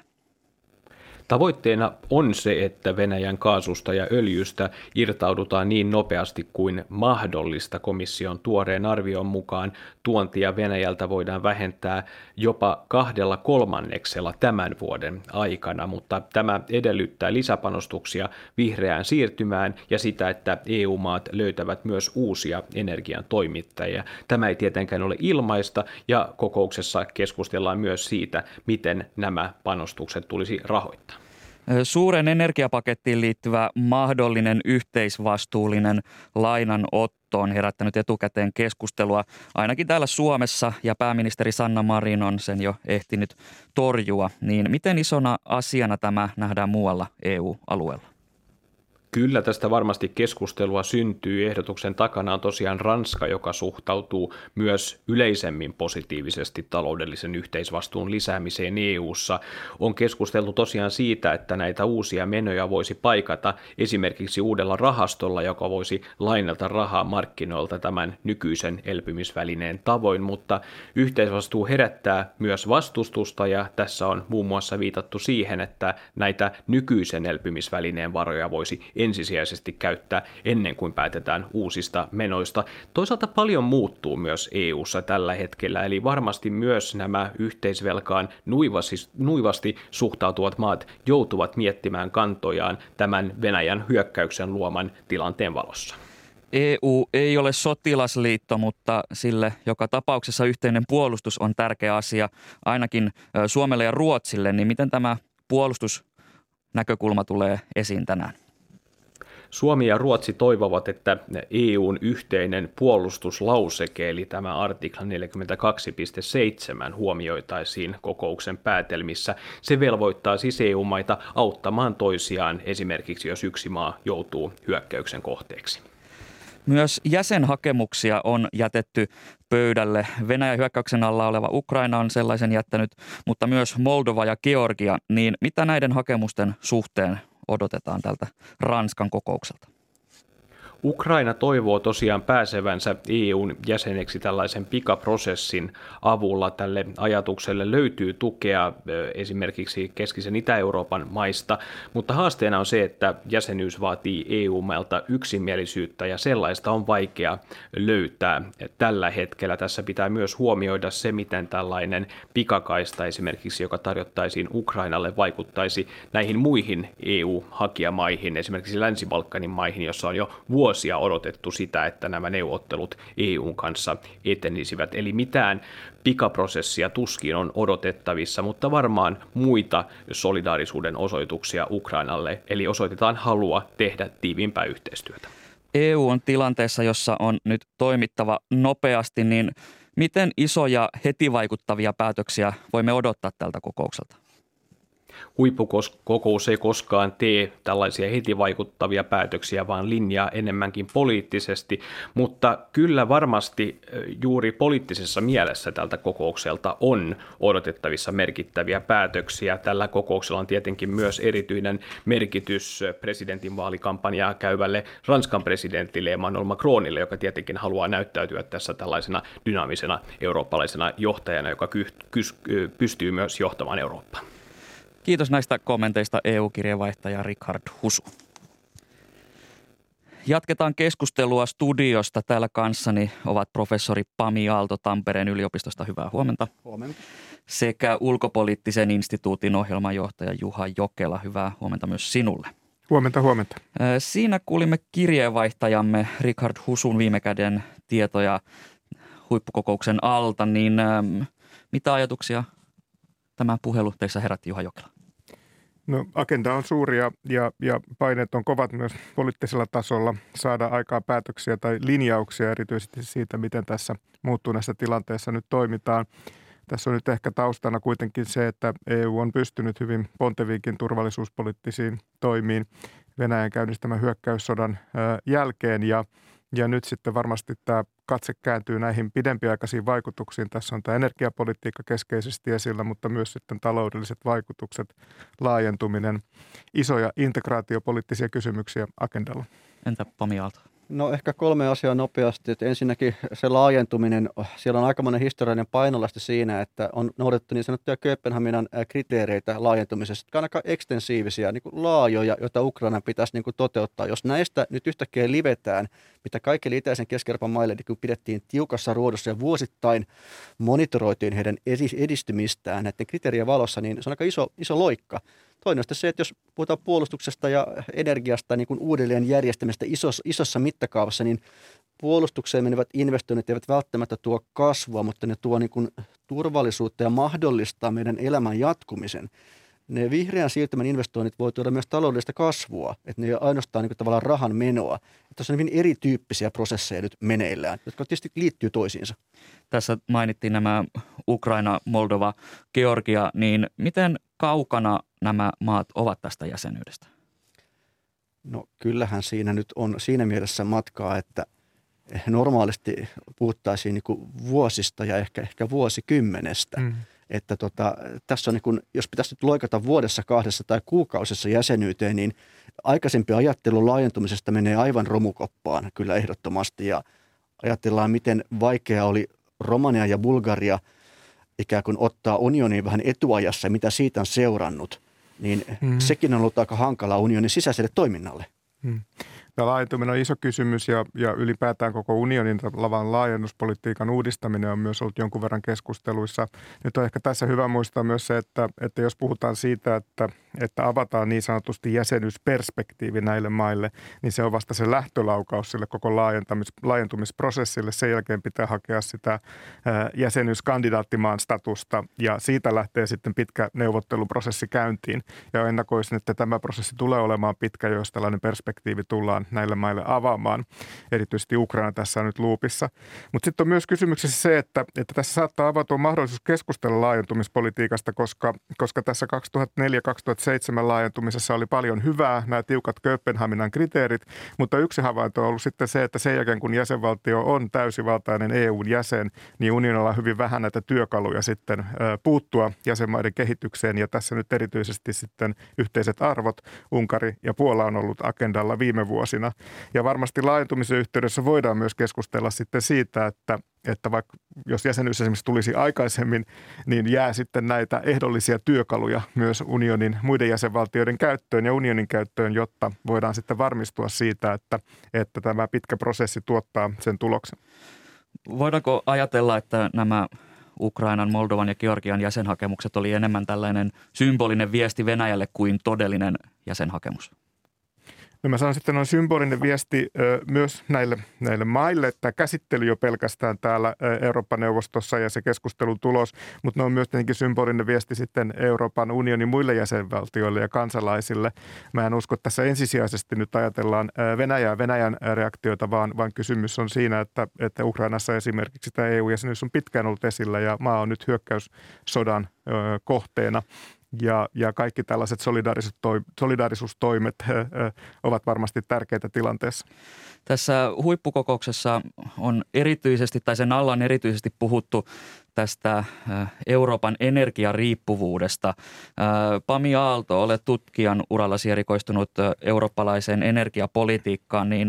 Tavoitteena on se, että Venäjän kaasusta ja öljystä irtaudutaan niin nopeasti kuin mahdollista. Komission tuoreen arvion mukaan tuontia Venäjältä voidaan vähentää jopa kahdella kolmanneksella tämän vuoden aikana, mutta tämä edellyttää lisäpanostuksia vihreään siirtymään ja sitä, että E U-maat löytävät myös uusia energian toimittajia. Tämä ei tietenkään ole ilmaista ja kokouksessa keskustellaan myös siitä, miten nämä panostukset tulisi rahoittaa. Suuren energiapakettiin liittyvä mahdollinen yhteisvastuullinen lainanotto on herättänyt etukäteen keskustelua ainakin täällä Suomessa ja pääministeri Sanna Marin on sen jo ehtinyt torjua. Niin miten isona asiana tämä nähdään muualla E U-alueella? Kyllä tästä varmasti keskustelua syntyy. Ehdotuksen takana on tosiaan Ranska, joka suhtautuu myös yleisemmin positiivisesti taloudellisen yhteisvastuun lisäämiseen E U:ssa. On keskusteltu tosiaan siitä, että näitä uusia menoja voisi paikata esimerkiksi uudella rahastolla, joka voisi lainata rahaa markkinoilta tämän nykyisen elpymisvälineen tavoin, mutta yhteisvastuu herättää myös vastustusta ja tässä on muun muassa viitattu siihen, että näitä nykyisen elpymisvälineen varoja voisi ensisijaisesti käyttää ennen kuin päätetään uusista menoista. Toisaalta paljon muuttuu myös E U:ssa tällä hetkellä, eli varmasti myös nämä yhteisvelkaan nuivasti, nuivasti suhtautuvat maat joutuvat miettimään kantojaan tämän Venäjän hyökkäyksen luoman tilanteen valossa. E U ei ole sotilasliitto, mutta sille joka tapauksessa yhteinen puolustus on tärkeä asia ainakin Suomelle ja Ruotsille. Niin miten tämä puolustus näkökulma tulee esiin tänään? Suomi ja Ruotsi toivovat, että E U:n yhteinen puolustuslauseke, eli tämä artikla neljäkymmentäkaksi piste seitsemän huomioitaisiin kokouksen päätelmissä. Se velvoittaa siis E U-maita auttamaan toisiaan, esimerkiksi jos yksi maa joutuu hyökkäyksen kohteeksi. Myös jäsenhakemuksia on jätetty pöydälle. Venäjän hyökkäyksen alla oleva Ukraina on sellaisen jättänyt, mutta myös Moldova ja Georgia. Niin mitä näiden hakemusten suhteen odotetaan tältä Ranskan kokoukselta? Ukraina toivoo tosiaan pääsevänsä E U:n jäseneksi tällaisen pikaprosessin avulla. Tälle ajatukselle löytyy tukea esimerkiksi keskisen Itä-Euroopan maista, mutta haasteena on se, että jäsenyys vaatii E U-mailta yksimielisyyttä ja sellaista on vaikea löytää tällä hetkellä. Tässä pitää myös huomioida se, miten tällainen pikakaista esimerkiksi, joka tarjottaisiin Ukrainalle, vaikuttaisi näihin muihin E U-hakijamaihin, esimerkiksi Länsi-Balkanin maihin, jossa on jo vuosia vuosia odotettu sitä, että nämä neuvottelut E U:n kanssa etenisivät. Eli mitään pikaprosessia tuskin on odotettavissa, mutta varmaan muita solidaarisuuden osoituksia Ukrainalle, eli osoitetaan halua tehdä tiiviimpää yhteistyötä. E U on tilanteessa, jossa on nyt toimittava nopeasti, niin miten isoja heti vaikuttavia päätöksiä voimme odottaa tältä kokoukselta? Huippukokous ei koskaan tee tällaisia heti vaikuttavia päätöksiä, vaan linjaa enemmänkin poliittisesti, mutta kyllä varmasti juuri poliittisessa mielessä tältä kokoukselta on odotettavissa merkittäviä päätöksiä. Tällä kokouksella on tietenkin myös erityinen merkitys presidentinvaalikampanjaa käyvälle Ranskan presidentille Emmanuel Macronille, joka tietenkin haluaa näyttäytyä tässä tällaisena dynaamisena eurooppalaisena johtajana, joka pystyy myös johtamaan Eurooppaa. Kiitos näistä kommenteista E U-kirjeenvaihtaja Richard Husu. Jatketaan keskustelua studiosta. Täällä kanssani ovat professori Pami Aalto Tampereen yliopistosta. Hyvää huomenta. Huomenta. Sekä ulkopoliittisen instituutin ohjelmanjohtaja Juha Jokela. Hyvää huomenta myös sinulle. Huomenta, huomenta. Siinä kuulimme kirjeenvaihtajamme Richard Husun viime käden tietoja huippukokouksen alta. Niin mitä ajatuksia tämä puhelu teissä herätti, Juha Jokela? No, agenda on suuri ja, ja, ja paineet on kovat myös poliittisella tasolla saada aikaa päätöksiä tai linjauksia erityisesti siitä, miten tässä muuttuneessa tilanteessa nyt toimitaan. Tässä on nyt ehkä taustana kuitenkin se, että E U on pystynyt hyvin ponteviinkin turvallisuuspoliittisiin toimiin Venäjän käynnistämän hyökkäyssodan jälkeen ja Ja nyt sitten varmasti tämä katse kääntyy näihin pidempiaikaisiin vaikutuksiin. Tässä on tämä energiapolitiikka keskeisesti esillä, mutta myös sitten taloudelliset vaikutukset, laajentuminen, isoja integraatiopoliittisia kysymyksiä agendalla. Entä Pami Aalto? No ehkä kolme asiaa nopeasti. Että ensinnäkin se laajentuminen, siellä on aikamoinen historiallinen painolasti siinä, että on noudatettu niin sanottuja Kööpenhaminan kriteereitä laajentumisesta, jotka on aika ekstensiivisiä, niin kuin laajoja, joita Ukraina pitäisi niin kuin toteuttaa. Jos näistä nyt yhtäkkiä livetään, mitä kaikille itäisen Keski-Euroopan maille niin pidettiin tiukassa ruodossa ja vuosittain monitoroitiin heidän edistymistään näiden kriteerien valossa, niin se on aika iso, iso loikka. Toinen on se, että jos puhutaan puolustuksesta ja energiasta niin kuin uudelleen järjestämistä isossa, isossa mittakaavassa, niin puolustukseen menevät investoinnit eivät välttämättä tuo kasvua, mutta ne tuo niin kuin turvallisuutta ja mahdollistaa meidän elämän jatkumisen. Ne vihreän siirtymän investoinnit voi tuoda myös taloudellista kasvua, että ne ei ole ainoastaan niin kuin tavallaan rahan menoa. Että tässä on hyvin erityyppisiä prosesseja nyt meneillään, jotka tietysti liittyy toisiinsa. Tässä mainittiin nämä Ukraina, Moldova, Georgia, niin miten kaukana nämä maat ovat tästä jäsenyydestä? No kyllähän siinä nyt on siinä mielessä matkaa, että normaalisti puhuttaisiin niin kuin vuosista ja ehkä, ehkä vuosikymmenestä. Mm. Että tota, tässä on niin kuin, jos pitäisi nyt loikata vuodessa, kahdessa tai kuukausissa jäsenyyteen, niin aikaisempi ajattelu laajentumisesta menee aivan romukoppaan kyllä ehdottomasti. Ja ajatellaan, miten vaikea oli Romania ja Bulgaria ikään kuin ottaa unioniin vähän etuajassa, mitä siitä on seurannut, niin mm. sekin on ollut aika hankala unionin sisäiselle toiminnalle. Mm. Tämä laajentuminen on iso kysymys ja, ja ylipäätään koko unionin lavan laajennuspolitiikan uudistaminen on myös ollut jonkun verran keskusteluissa. Nyt on ehkä tässä hyvä muistaa myös se, että, että jos puhutaan siitä, että että avataan niin sanotusti jäsenyysperspektiivi näille maille, niin se on vasta se lähtölaukaus sille koko laajentamis, laajentumisprosessille. Sen jälkeen pitää hakea sitä jäsenyyskandidaattimaan statusta ja siitä lähtee sitten pitkä neuvotteluprosessi käyntiin. Ja ennakoisin, että tämä prosessi tulee olemaan pitkä, jos tällainen perspektiivi tullaan näille maille avaamaan. Erityisesti Ukraina tässä on nyt luupissa. Mutta sitten on myös kysymyksessä se, että, että tässä saattaa avautua mahdollisuus keskustella laajentumispolitiikasta, koska, koska tässä kaksituhattaneljä kaksituhattaseitsemän laajentumisessa oli paljon hyvää, nämä tiukat Kööpenhaminan kriteerit, mutta yksi havainto on ollut sitten se, että sen jälkeen kun jäsenvaltio on täysivaltainen E U:n jäsen, niin unionilla on hyvin vähän näitä työkaluja sitten puuttua jäsenmaiden kehitykseen ja tässä nyt erityisesti sitten yhteiset arvot, Unkari ja Puola on ollut agendalla viime vuosina ja varmasti laajentumisen yhteydessä voidaan myös keskustella sitten siitä, että että vaikka jos jäsenyys esimerkiksi tulisi aikaisemmin, niin jää sitten näitä ehdollisia työkaluja myös unionin muiden jäsenvaltioiden käyttöön ja unionin käyttöön, jotta voidaan sitten varmistua siitä, että, että tämä pitkä prosessi tuottaa sen tuloksen. Voidaanko ajatella, että nämä Ukrainan, Moldovan ja Georgian jäsenhakemukset oli enemmän tällainen symbolinen viesti Venäjälle kuin todellinen jäsenhakemus? No mä sanon sitten, on symbolinen viesti ö, myös näille, näille maille, että käsittely jo pelkästään täällä Euroopan neuvostossa ja se keskustelun tulos, mutta ne on myös tietenkin symbolinen viesti sitten Euroopan unionin muille jäsenvaltioille ja kansalaisille. Mä en usko, että tässä ensisijaisesti nyt ajatellaan Venäjää, Venäjän reaktioita, vaan, vaan kysymys on siinä, että, että Ukrainassa esimerkiksi tämä E U-jäsenyys on pitkään ollut esillä ja maa on nyt hyökkäyssodan ö, kohteena. Ja, ja kaikki tällaiset solidaarisuustoimet ö, ovat varmasti tärkeitä tilanteessa. Tässä huippukokouksessa on erityisesti, tai sen alla on erityisesti puhuttu tästä Euroopan energiariippuvuudesta. Pami Aalto, olet tutkijan urallasi erikoistunut eurooppalaiseen energiapolitiikkaan, niin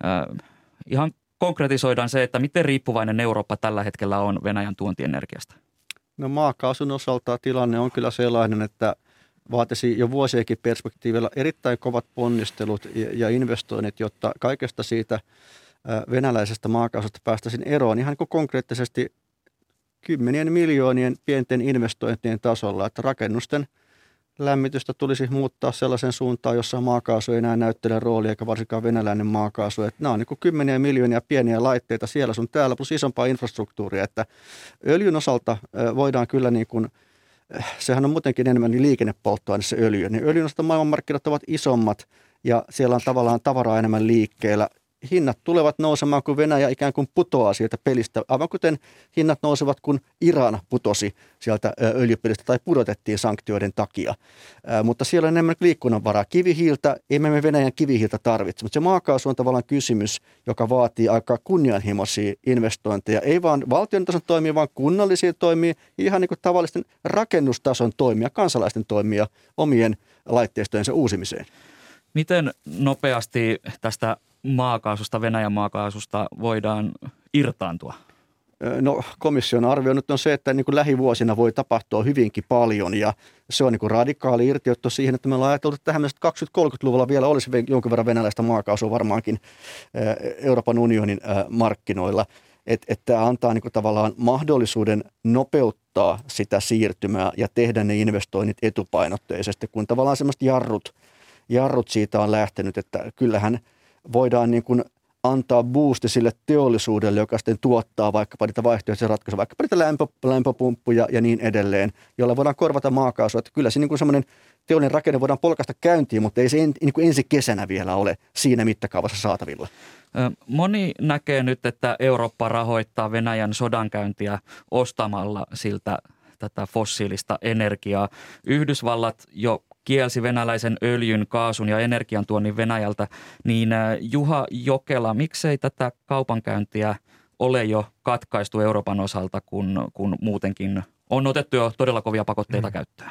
ihan konkretisoidaan se, että miten riippuvainen Eurooppa tällä hetkellä on Venäjän tuontienergiasta. No maakaasun osalta tilanne on kyllä sellainen, että vaatisi jo vuosienkin perspektiivillä erittäin kovat ponnistelut ja investoinnit, jotta kaikesta siitä venäläisestä maakaasusta päästäisiin eroon ihan niin konkreettisesti kymmenien miljoonien pienten investointien tasolla, että rakennusten lämmitystä tulisi muuttaa sellaisen suuntaan, jossa maakaasu ei enää näyttele roolia, eikä varsinkaan venäläinen maakaasu. Että nämä on niin kymmeniä miljoonia pieniä laitteita siellä sun täällä, plus isompaa infrastruktuuria. Että öljyn osalta voidaan kyllä, niin kuin, sehän on muutenkin enemmän niin liikennepolttoaine se öljy. Niin öljyn osalta maailmanmarkkinat ovat isommat ja siellä on tavallaan tavaraa enemmän liikkeellä. Hinnat tulevat nousemaan, kun Venäjä ikään kuin putoaa sieltä pelistä, aivan kuten hinnat nousevat, kun Iran putosi sieltä öljypelistä tai pudotettiin sanktioiden takia. Ää, mutta siellä on enemmän liikkunnanvaraa. Kivihiiltä, emme me Venäjän kivihiiltä tarvitse, mutta se maakaasu on tavallaan kysymys, joka vaatii aika kunnianhimoisia investointeja. Ei vaan valtion tason toimia, vaan kunnallisia toimia, ihan niin kuin tavallisten rakennustason toimia, kansalaisten toimia omien laitteistojensa uusimiseen. Miten nopeasti tästä maakaasusta, Venäjän maakaasusta voidaan irtaantua? No komission arvio nyt on se, että niin kuin lähivuosina voi tapahtua hyvinkin paljon ja se on niin kuin radikaali irtiotto siihen, että me ollaan ajateltu, että tähän kaksikymmentä-kolmekymmentäluvulla vielä olisi jonkin verran venäläistä maakaasua varmaankin Euroopan unionin markkinoilla. Että et tämä antaa niin kuin tavallaan mahdollisuuden nopeuttaa sitä siirtymää ja tehdä ne investoinnit etupainotteisesti, kun tavallaan semmoista jarrut, jarrut siitä on lähtenyt, että kyllähän voidaan niin kuin antaa boosti sille teollisuudelle, joka sitten tuottaa vaikkapa niitä vaihtoehtoisia ratkaisuja, vaikkapa niitä lämpö, lämpöpumppuja ja niin edelleen, jolla voidaan korvata maakaasua. Että kyllä se niin kuin semmoinen teollinen rakenne voidaan polkaista käyntiin, mutta ei se en, niin kuin ensi kesänä vielä ole siinä mittakaavassa saatavilla. Moni näkee nyt, että Eurooppa rahoittaa Venäjän sodankäyntiä ostamalla siltä tätä fossiilista energiaa. Yhdysvallat jo kielsi venäläisen öljyn, kaasun ja energiantuonnin Venäjältä, niin Juha Jokela, miksei tätä kaupankäyntiä ole jo katkaistu Euroopan osalta, kun, kun muutenkin on otettu jo todella kovia pakotteita mm. käyttöön?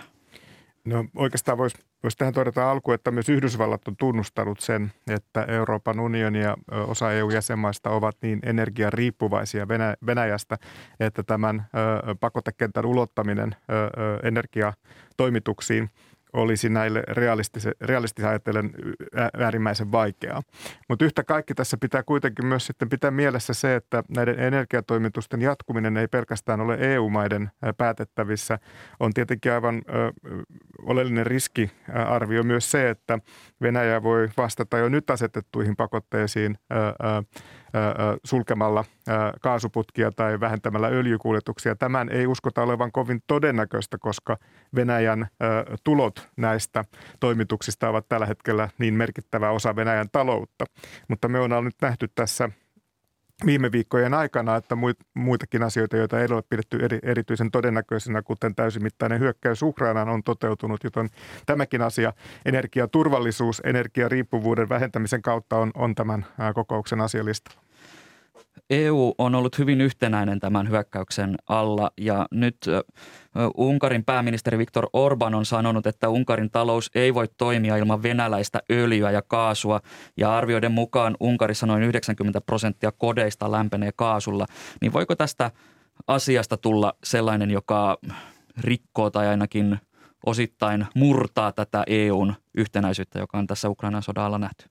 No oikeastaan voisi vois tähän todeta alkuun, että myös Yhdysvallat on tunnustanut sen, että Euroopan unioni ja osa E U-jäsenmaista ovat niin energiariippuvaisia Venäjästä, että tämän pakotekentän ulottaminen energiatoimituksiin olisi näille realistisesti ajatellen äärimmäisen vaikeaa. Mutta yhtä kaikki tässä pitää kuitenkin myös sitten pitää mielessä se, että näiden energiatoimitusten jatkuminen ei pelkästään ole E U-maiden päätettävissä. On tietenkin aivan ö, oleellinen riskiarvio myös se, että Venäjä voi vastata jo nyt asetettuihin pakotteisiin ö, ö, sulkemalla kaasuputkia tai vähentämällä öljykuljetuksia. Tämän ei uskota olevan kovin todennäköistä, koska Venäjän tulot näistä toimituksista ovat tällä hetkellä niin merkittävä osa Venäjän taloutta. Mutta me ollaan nyt nähty tässä viime viikkojen aikana, että muitakin asioita, joita ei ole pidetty eri, erityisen todennäköisenä, kuten täysimittainen hyökkäys Ukrainaan on toteutunut, joten tämäkin asia, energiaturvallisuus, energiariippuvuuden vähentämisen kautta on, on tämän kokouksen asialistalla. E U on ollut hyvin yhtenäinen tämän hyökkäyksen alla ja nyt Unkarin pääministeri Viktor Orbán on sanonut, että Unkarin talous ei voi toimia ilman venäläistä öljyä ja kaasua ja arvioiden mukaan Unkarissa noin yhdeksänkymmentä prosenttia kodeista lämpenee kaasulla. Niin voiko tästä asiasta tulla sellainen, joka rikkoo tai ainakin osittain murtaa tätä E U:n yhtenäisyyttä, joka on tässä Ukrainan sodan alla nähty?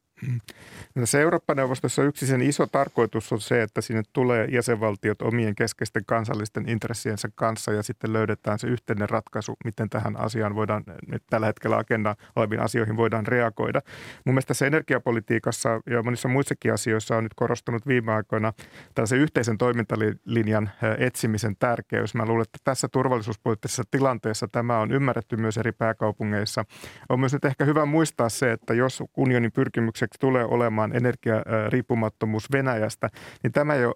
No se Eurooppa-neuvostossa yksi sen iso tarkoitus on se, että sinne tulee jäsenvaltiot omien keskeisten kansallisten intressiensä kanssa ja sitten löydetään se yhteinen ratkaisu, miten tähän asiaan voidaan, nyt tällä hetkellä agendan oleviin asioihin voidaan reagoida. Mun mielestä se energiapolitiikassa ja monissa muissakin asioissa on nyt korostunut viime aikoina tällaisen yhteisen toimintalinjan etsimisen tärkeys. Mä luulen, että tässä turvallisuuspoliittisessa tilanteessa tämä on ymmärretty myös eri pääkaupungeissa. On myös nyt ehkä hyvä muistaa se, että jos unionin pyrkimykset tulee olemaan energiariippumattomuus Venäjästä, niin tämä jo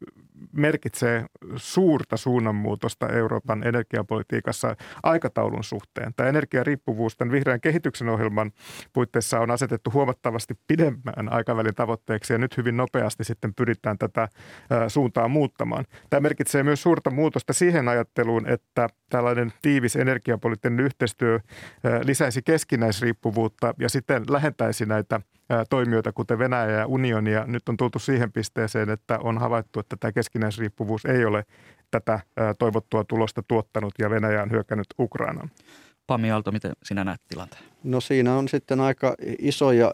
merkitsee suurta suunnanmuutosta Euroopan energiapolitiikassa aikataulun suhteen. Tämä energiariippuvuus tämän vihreän kehityksen ohjelman puitteissa on asetettu huomattavasti pidemmän aikavälin tavoitteeksi ja nyt hyvin nopeasti sitten pyritään tätä suuntaa muuttamaan. Tämä merkitsee myös suurta muutosta siihen ajatteluun, että tällainen tiivis energiapoliittinen yhteistyö lisäisi keskinäisriippuvuutta ja sitten lähentäisi näitä toimijoita, kuten Venäjä ja unionia. Nyt on tultu siihen pisteeseen, että on havaittu, että tämä keskinäisriippuvuus ei ole tätä toivottua tulosta tuottanut ja Venäjä on hyökännyt Ukrainaan. Pami Aalto, miten sinä näet tilanteen? No siinä on sitten aika isoja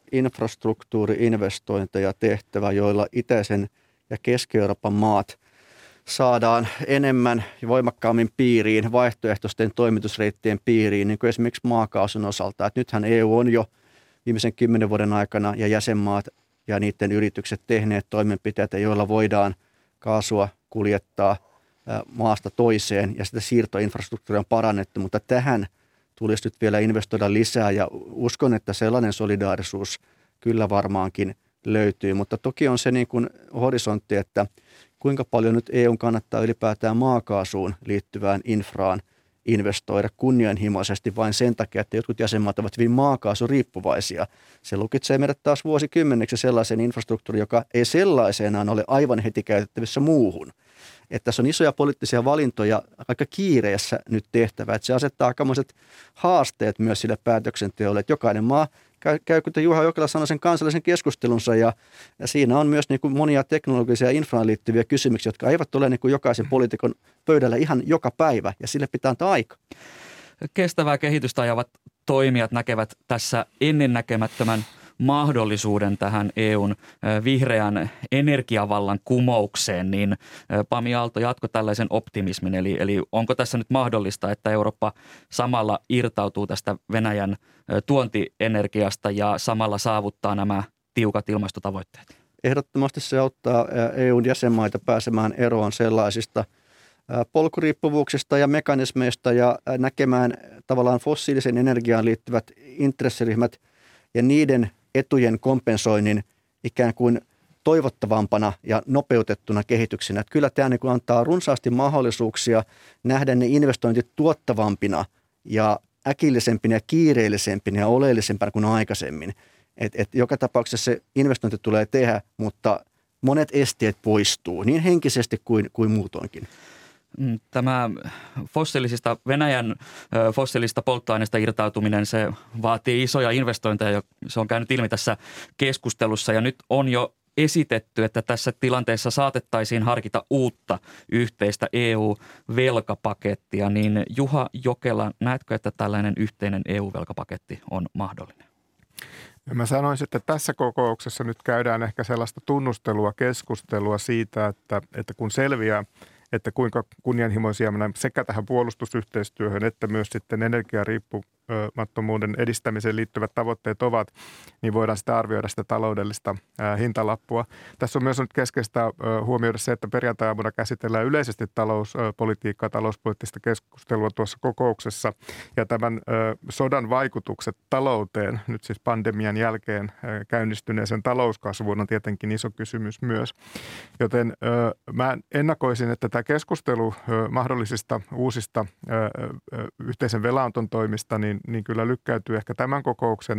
infrastruktuuri-investointeja tehtävä, joilla itäisen ja Keski-Euroopan maat saadaan enemmän ja voimakkaammin piiriin, vaihtoehtoisten toimitusreittien piiriin, niin kuin esimerkiksi maakaasun osalta. Että nythän E U on jo viimeisen kymmenen vuoden aikana ja jäsenmaat ja niiden yritykset tehneet toimenpiteitä, joilla voidaan kaasua kuljettaa maasta toiseen ja sitä siirtoinfrastruktuuria on parannettu, mutta tähän tulisi nyt vielä investoida lisää ja uskon, että sellainen solidaarisuus kyllä varmaankin löytyy, mutta toki on se niin kuin horisontti, että kuinka paljon nyt E U:n kannattaa ylipäätään maakaasuun liittyvään infraan investoida kunnianhimoisesti vain sen takia, että jotkut jäsenmaat ovat hyvin maakaasuriippuvaisia. Se lukitsee meidät taas vuosikymmeneksi sellaisen infrastruktuurin, joka ei sellaisenaan ole aivan heti käytettävissä muuhun. Että tässä on isoja poliittisia valintoja aika kiireessä nyt tehtävä, että se asettaa aikamoiset haasteet myös sille päätöksenteolle, että jokainen maa käy, käy kuten Juha Jokela sanoi, sen kansallisen keskustelunsa ja, ja siinä on myös niin kuin monia teknologisia infraan liittyviä kysymyksiä, jotka eivät ole niin kuin jokaisen poliitikon pöydällä ihan joka päivä ja sille pitää antaa aika. Kestävää kehitystä ajavat toimijat näkevät tässä ennennäkemättömän mahdollisuuden tähän E U:n vihreän energiavallan kumoukseen, niin Pami Aalto, jatko tällaisen optimismin. Eli, eli onko tässä nyt mahdollista, että Eurooppa samalla irtautuu tästä Venäjän tuontienergiasta ja samalla saavuttaa nämä tiukat ilmastotavoitteet? Ehdottomasti se auttaa E U:n jäsenmaita pääsemään eroon sellaisista polkuriippuvuuksista ja mekanismeista ja näkemään tavallaan fossiilisen energiaan liittyvät intressiryhmät ja niiden etujen kompensoinnin ikään kuin toivottavampana ja nopeutettuna kehityksenä. Että kyllä tämä niin kuin antaa runsaasti mahdollisuuksia nähdä ne investointit tuottavampina ja äkillisempinä ja kiireellisempinä ja oleellisempina kuin aikaisemmin. Et, et joka tapauksessa se investointi tulee tehdä, mutta monet esteet poistuu niin henkisesti kuin, kuin muutoinkin. Tämä fossiilisista, Venäjän fossiilisista polttoaineista irtautuminen, se vaatii isoja investointeja, se on käynyt ilmi tässä keskustelussa ja nyt on jo esitetty, että tässä tilanteessa saatettaisiin harkita uutta yhteistä E U-velkapakettia, niin Juha Jokela, näetkö, että tällainen yhteinen E U-velkapaketti on mahdollinen? Mä sanoisin, että tässä kokouksessa nyt käydään ehkä sellaista tunnustelua, keskustelua siitä, että, että kun selviää, että kuinka kunnianhimoisia sekä tähän puolustusyhteistyöhön että myös sitten energiariippumattomuuden edistämiseen liittyvät tavoitteet ovat, niin voidaan sitä arvioida sitä taloudellista ää, hintalappua. Tässä on myös nyt keskeistä ää, huomioida se, että perjantai-aamuna käsitellään yleisesti talouspolitiikkaa, talouspoliittista keskustelua tuossa kokouksessa ja tämän ää, sodan vaikutukset talouteen, nyt siis pandemian jälkeen ää, käynnistyneeseen talouskasvuun on tietenkin iso kysymys myös. Joten ää, mä ennakoisin, että tämä keskustelu mahdollisista uusista yhteisen velanoton toimista, niin, niin kyllä lykkäytyy ehkä tämän kokouksen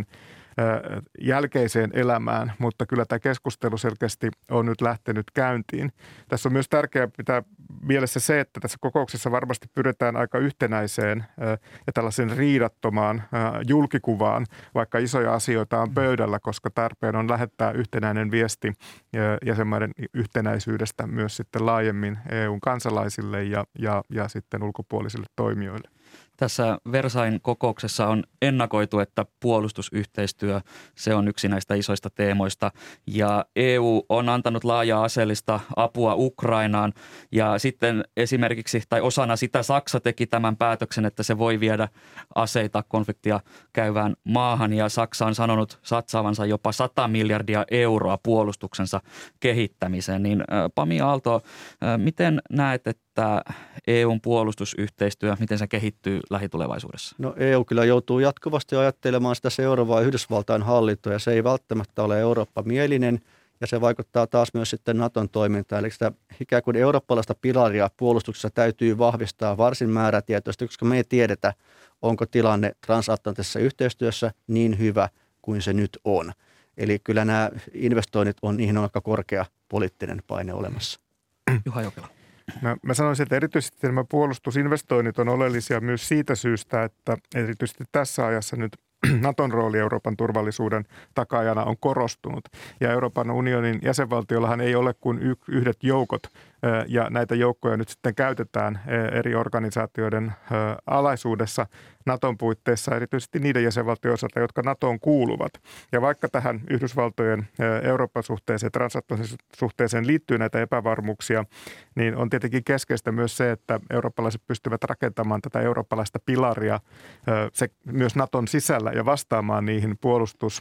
jälkeiseen elämään, mutta kyllä tämä keskustelu selkeästi on nyt lähtenyt käyntiin. Tässä on myös tärkeää pitää mielessä se, että tässä kokouksessa varmasti pyritään aika yhtenäiseen ja tällaisen riidattomaan julkikuvaan, vaikka isoja asioita on pöydällä, koska tarpeen on lähettää yhtenäinen viesti jäsenmaiden yhtenäisyydestä myös sitten laajemmin E U:n kansalaisille ja, ja, ja sitten ulkopuolisille toimijoille. Tässä Versailles kokouksessa on ennakoitu, että puolustusyhteistyö, se on yksi näistä isoista teemoista. Ja E U on antanut laajaa aseellista apua Ukrainaan ja sitten esimerkiksi tai osana sitä Saksa teki tämän päätöksen, että se voi viedä aseita konfliktia käyvään maahan. Ja Saksa on sanonut satsaavansa jopa sata miljardia euroa puolustuksensa kehittämiseen. Niin Pami Aalto, miten näet, että Tämä E U:n puolustusyhteistyö, miten se kehittyy lähitulevaisuudessa? No E U kyllä joutuu jatkuvasti ajattelemaan sitä seuraavaa Yhdysvaltain hallintoa ja se ei välttämättä ole Eurooppa-mielinen ja se vaikuttaa taas myös sitten Naton toimintaan. Eli sitä ikään kuin eurooppalaista pilaria puolustuksessa täytyy vahvistaa varsin määrätietoisesti, koska me ei tiedetä, onko tilanne transatlanttisessa yhteistyössä niin hyvä kuin se nyt on. Eli kyllä nämä investoinnit on, niihin on aika korkea poliittinen paine olemassa. Juha Jokela. No, mä sanoisin, että erityisesti nämä puolustusinvestoinnit on oleellisia myös siitä syystä, että erityisesti tässä ajassa nyt Naton rooli Euroopan turvallisuuden takaajana on korostunut. Ja Euroopan unionin jäsenvaltiollahan ei ole kuin yhdet joukot, ja näitä joukkoja nyt sitten käytetään eri organisaatioiden alaisuudessa Naton puitteissa, erityisesti niiden jäsenvaltioiden osalta, jotka NATOon kuuluvat. Ja vaikka tähän Yhdysvaltojen Euroopan suhteeseen, transatlanttisen suhteeseen liittyy näitä epävarmuuksia, niin on tietenkin keskeistä myös se, että eurooppalaiset pystyvät rakentamaan tätä eurooppalaista pilaria se myös Naton sisällä ja vastaamaan niihin puolustus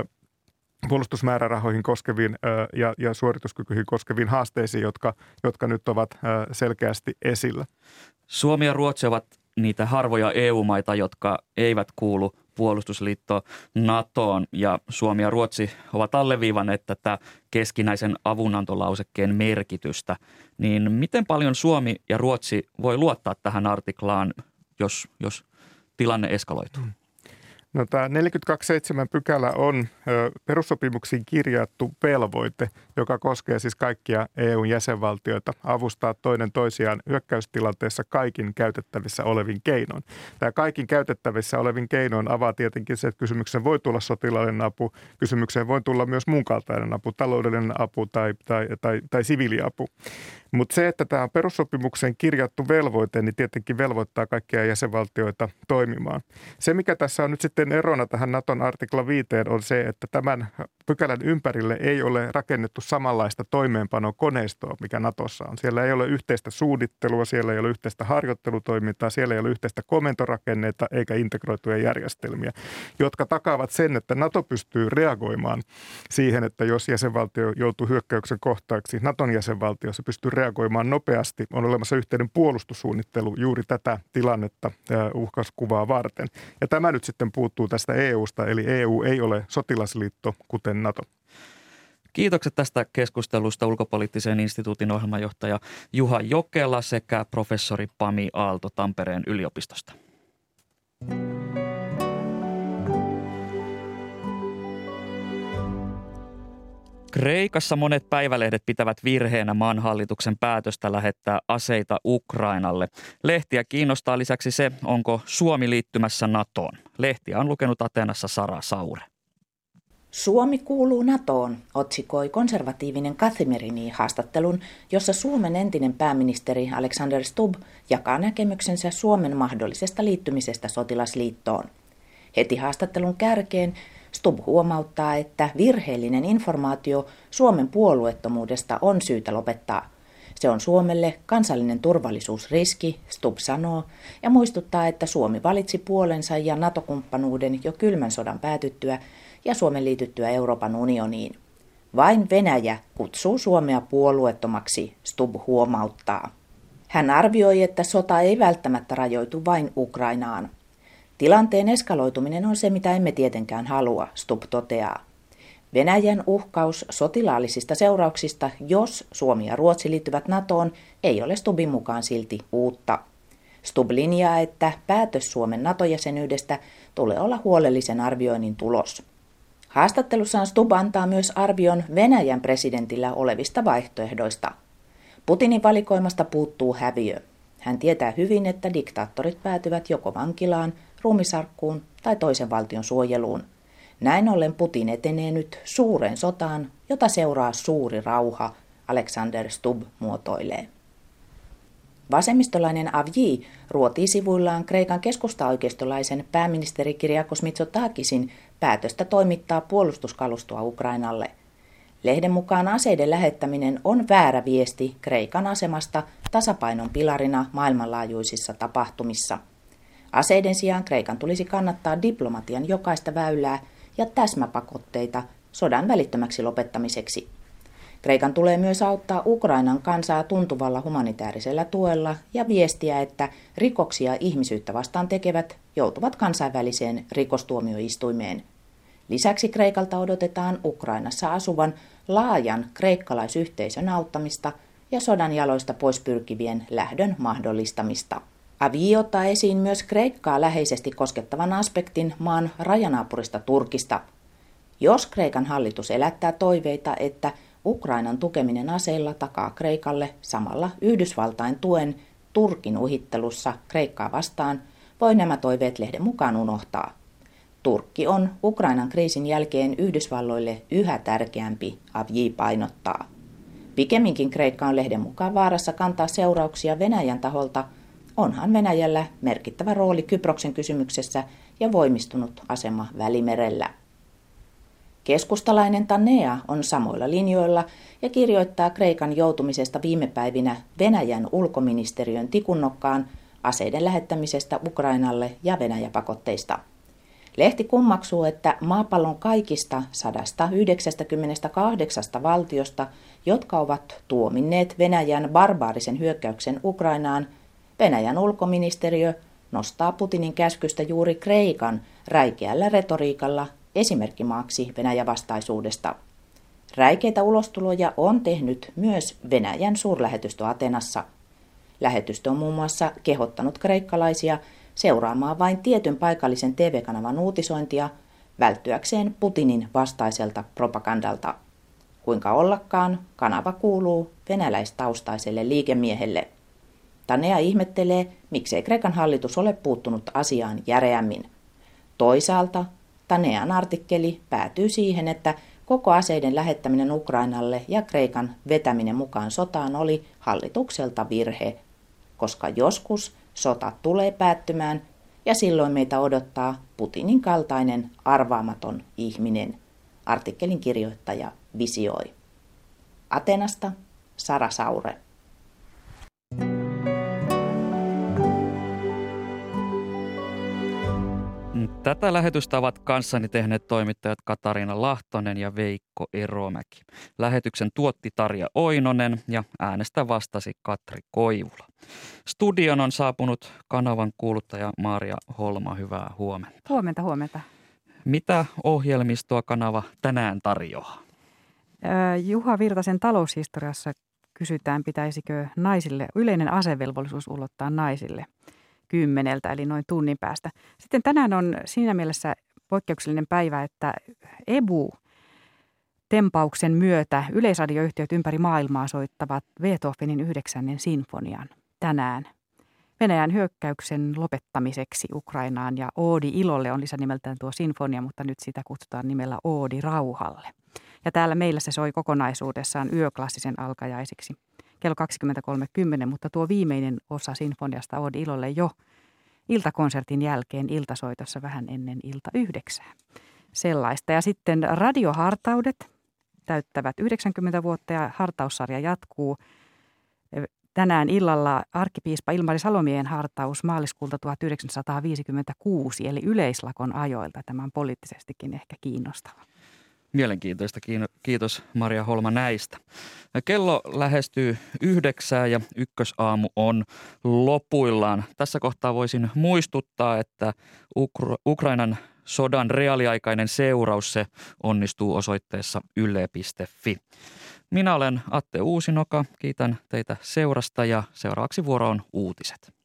puolustusmäärärahoihin koskeviin ja, ja suorituskykyihin koskeviin haasteisiin, jotka, jotka nyt ovat selkeästi esillä. Suomi ja Ruotsi ovat niitä harvoja E U-maita, jotka eivät kuulu puolustusliitto NATOon, ja Suomi ja Ruotsi ovat alleviivanneet tätä keskinäisen avunantolausekkeen merkitystä. Niin miten paljon Suomi ja Ruotsi voi luottaa tähän artiklaan, jos, jos tilanne eskaloituu? No, tämä neljäkymmentäkaksi seitsemän pykälä on perussopimuksiin kirjattu velvoite, joka koskee siis kaikkia E U:n jäsenvaltioita avustaa toinen toisiaan hyökkäystilanteessa kaikin käytettävissä olevin keinoin. Tämä kaikin käytettävissä olevin keinoin avaa tietenkin se, että kysymykseen voi tulla sotilaallinen apu, kysymykseen voi tulla myös muun kaltainen apu, taloudellinen apu tai, tai, tai, tai siviiliapu. Mutta se, että tämä on perussopimukseen kirjattu velvoite, niin tietenkin velvoittaa kaikkia jäsenvaltioita toimimaan. Se, mikä tässä on nyt sitten erona tähän Naton artikla viiteen, on se, että tämän pykälän ympärille ei ole rakennettu samanlaista toimeenpanokoneistoa, mikä Natossa on. Siellä ei ole yhteistä suunnittelua, siellä ei ole yhteistä harjoittelutoimintaa, siellä ei ole yhteistä komentorakenneita eikä integroituja järjestelmiä, jotka takaavat sen, että Nato pystyy reagoimaan siihen, että jos jäsenvaltio joutuu hyökkäyksen kohtaaksi, Naton jäsenvaltio, se pystyy reagoimaan nopeasti. On olemassa yhteinen puolustussuunnittelu juuri tätä tilannetta uhkaskuvaa varten. Ja tämä nyt sitten puuttuu tästä E U:sta, eli E U ei ole sotilasliitto, kuten NATO. Kiitokset tästä keskustelusta ulkopoliittisen instituutin ohjelmanjohtaja Juha Jokela sekä professori Pami Aalto Tampereen yliopistosta. Kreikassa monet päivälehdet pitävät virheenä maan hallituksen päätöstä lähettää aseita Ukrainalle. Lehtiä kiinnostaa lisäksi se, onko Suomi liittymässä NATOon. Lehtiä on lukenut Ateenassa Sara Saure. Suomi kuuluu NATOon, otsikoi konservatiivinen Kathimerini haastattelun, jossa Suomen entinen pääministeri Alexander Stubb jakaa näkemyksensä Suomen mahdollisesta liittymisestä sotilasliittoon. Heti haastattelun kärkeen Stubb huomauttaa, että virheellinen informaatio Suomen puolueettomuudesta on syytä lopettaa. Se on Suomelle kansallinen turvallisuusriski, Stubb sanoo, ja muistuttaa, että Suomi valitsi puolensa ja NATO-kumppanuuden jo kylmän sodan päätyttyä ja Suomen liityttyä Euroopan unioniin. Vain Venäjä kutsuu Suomea puolueettomaksi, Stubb huomauttaa. Hän arvioi, että sota ei välttämättä rajoitu vain Ukrainaan. Tilanteen eskaloituminen on se, mitä emme tietenkään halua, Stubb toteaa. Venäjän uhkaus sotilaallisista seurauksista, jos Suomi ja Ruotsi liittyvät NATOon, ei ole Stubbin mukaan silti uutta. Stubb linjaa, että päätös Suomen NATO-jäsenyydestä tulee olla huolellisen arvioinnin tulos. Haastattelussaan Stubb antaa myös arvion Venäjän presidentillä olevista vaihtoehdoista. Putinin valikoimasta puuttuu häviö. Hän tietää hyvin, että diktaattorit päätyvät joko vankilaan, ruumisarkkuun tai toisen valtion suojeluun. Näin ollen Putin etenee nyt suureen sotaan, jota seuraa suuri rauha, Alexander Stubb muotoilee. Vasemmistolainen Avji ruotii sivuillaan Kreikan keskustaoikeistolaisen pääministeri Kyriakos Mitsotakisin päätöstä toimittaa puolustuskalustoa Ukrainalle. Lehden mukaan aseiden lähettäminen on väärä viesti Kreikan asemasta tasapainon pilarina maailmanlaajuisissa tapahtumissa. Aseiden sijaan Kreikan tulisi kannattaa diplomatian jokaista väylää ja täsmäpakotteita sodan välittömäksi lopettamiseksi. Kreikan tulee myös auttaa Ukrainan kansaa tuntuvalla humanitaarisella tuella ja viestiä, että rikoksia ihmisyyttä vastaan tekevät joutuvat kansainväliseen rikostuomioistuimeen. Lisäksi Kreikalta odotetaan Ukrainassa asuvan laajan kreikkalaisyhteisön auttamista ja sodan jaloista pois pyrkivien lähdön mahdollistamista. Avji ottaa esiin myös Kreikkaa läheisesti koskettavan aspektin maan rajanaapurista Turkista. Jos Kreikan hallitus elättää toiveita, että Ukrainan tukeminen aseilla takaa Kreikalle samalla Yhdysvaltain tuen Turkin uhittelussa Kreikkaa vastaan, voi nämä toiveet lehden mukaan unohtaa. Turkki on Ukrainan kriisin jälkeen Yhdysvalloille yhä tärkeämpi, Avji painottaa. Pikemminkin Kreikka on lehden mukaan vaarassa kantaa seurauksia Venäjän taholta, onhan Venäjällä merkittävä rooli Kyproksen kysymyksessä ja voimistunut asema Välimerellä. Keskustalainen Tanea on samoilla linjoilla ja kirjoittaa Kreikan joutumisesta viime päivinä Venäjän ulkoministeriön tikunnokkaan aseiden lähettämisestä Ukrainalle ja Venäjä-pakotteista. Lehti kummaksuu, että maapallon kaikista sata yhdeksänkymmentäkahdeksan valtiosta, jotka ovat tuominneet Venäjän barbaarisen hyökkäyksen Ukrainaan, Venäjän ulkoministeriö nostaa Putinin käskystä juuri Kreikan räikeällä retoriikalla esimerkkimaaksi Venäjä-vastaisuudesta. Räikeitä ulostuloja on tehnyt myös Venäjän suurlähetystö Atenassa. Lähetystö on muun muassa kehottanut kreikkalaisia seuraamaan vain tietyn paikallisen T V-kanavan uutisointia välttyäkseen Putinin vastaiselta propagandalta. Kuinka ollakaan, kanava kuuluu venäläistaustaiselle liikemiehelle. Tanea ihmettelee, miksei Kreikan hallitus ole puuttunut asiaan järeämmin. Toisaalta Tanean artikkeli päätyy siihen, että koko aseiden lähettäminen Ukrainalle ja Kreikan vetäminen mukaan sotaan oli hallitukselta virhe, koska joskus sota tulee päättymään ja silloin meitä odottaa Putinin kaltainen arvaamaton ihminen, artikkelin kirjoittaja visioi. Atenasta Sara Saure. Tätä lähetystä ovat kanssani tehneet toimittajat Katariina Lahtonen ja Veikko Eromäki. Lähetyksen tuotti Tarja Oinonen ja äänestä vastasi Katri Koivula. Studion on saapunut kanavan kuuluttaja Maaria Holma. Hyvää huomenta. Huomenta, huomenta. Mitä ohjelmistoa kanava tänään tarjoaa? Juha Virtasen taloushistoriassa kysytään, pitäisikö naisille yleinen asevelvollisuus ulottaa naisille kymmeneltä, eli noin tunnin päästä. Sitten tänään on siinä mielessä poikkeuksellinen päivä, että E B U-tempauksen myötä yleisradioyhtiöt ympäri maailmaa soittavat Beethovenin yhdeksännen sinfonian tänään. Venäjän hyökkäyksen lopettamiseksi Ukrainaan. Ja Oodi ilolle on lisänimeltään tuo sinfonia, mutta nyt sitä kutsutaan nimellä Oodi rauhalle. Ja täällä meillä se soi kokonaisuudessaan yöklassisen alkajaisiksi kello kaksikymmentäkolme kymmenen, mutta tuo viimeinen osa sinfoniasta Oodi ilolle jo iltakonsertin jälkeen iltasoitossa vähän ennen ilta yhdeksää. Sellaista. Ja sitten radiohartaudet täyttävät yhdeksänkymmentä vuotta ja hartaussarja jatkuu. Tänään illalla arkkipiispa Ilmari Salomiehen hartaus maaliskuulta tuhatyhdeksänsataaviisikymmentäkuusi, eli yleislakon ajoilta. Tämä on poliittisestikin ehkä kiinnostava. Mielenkiintoista. Kiitos Maria Holma näistä. Kello lähestyy yhdeksää ja ykkösaamu on lopuillaan. Tässä kohtaa voisin muistuttaa, että Ukra- Ukrainan sodan reaaliaikainen seuraus se onnistuu osoitteessa yle piste fi. Minä olen Atte Uusinoka. Kiitän teitä seurasta ja seuraavaksi vuoro on uutiset.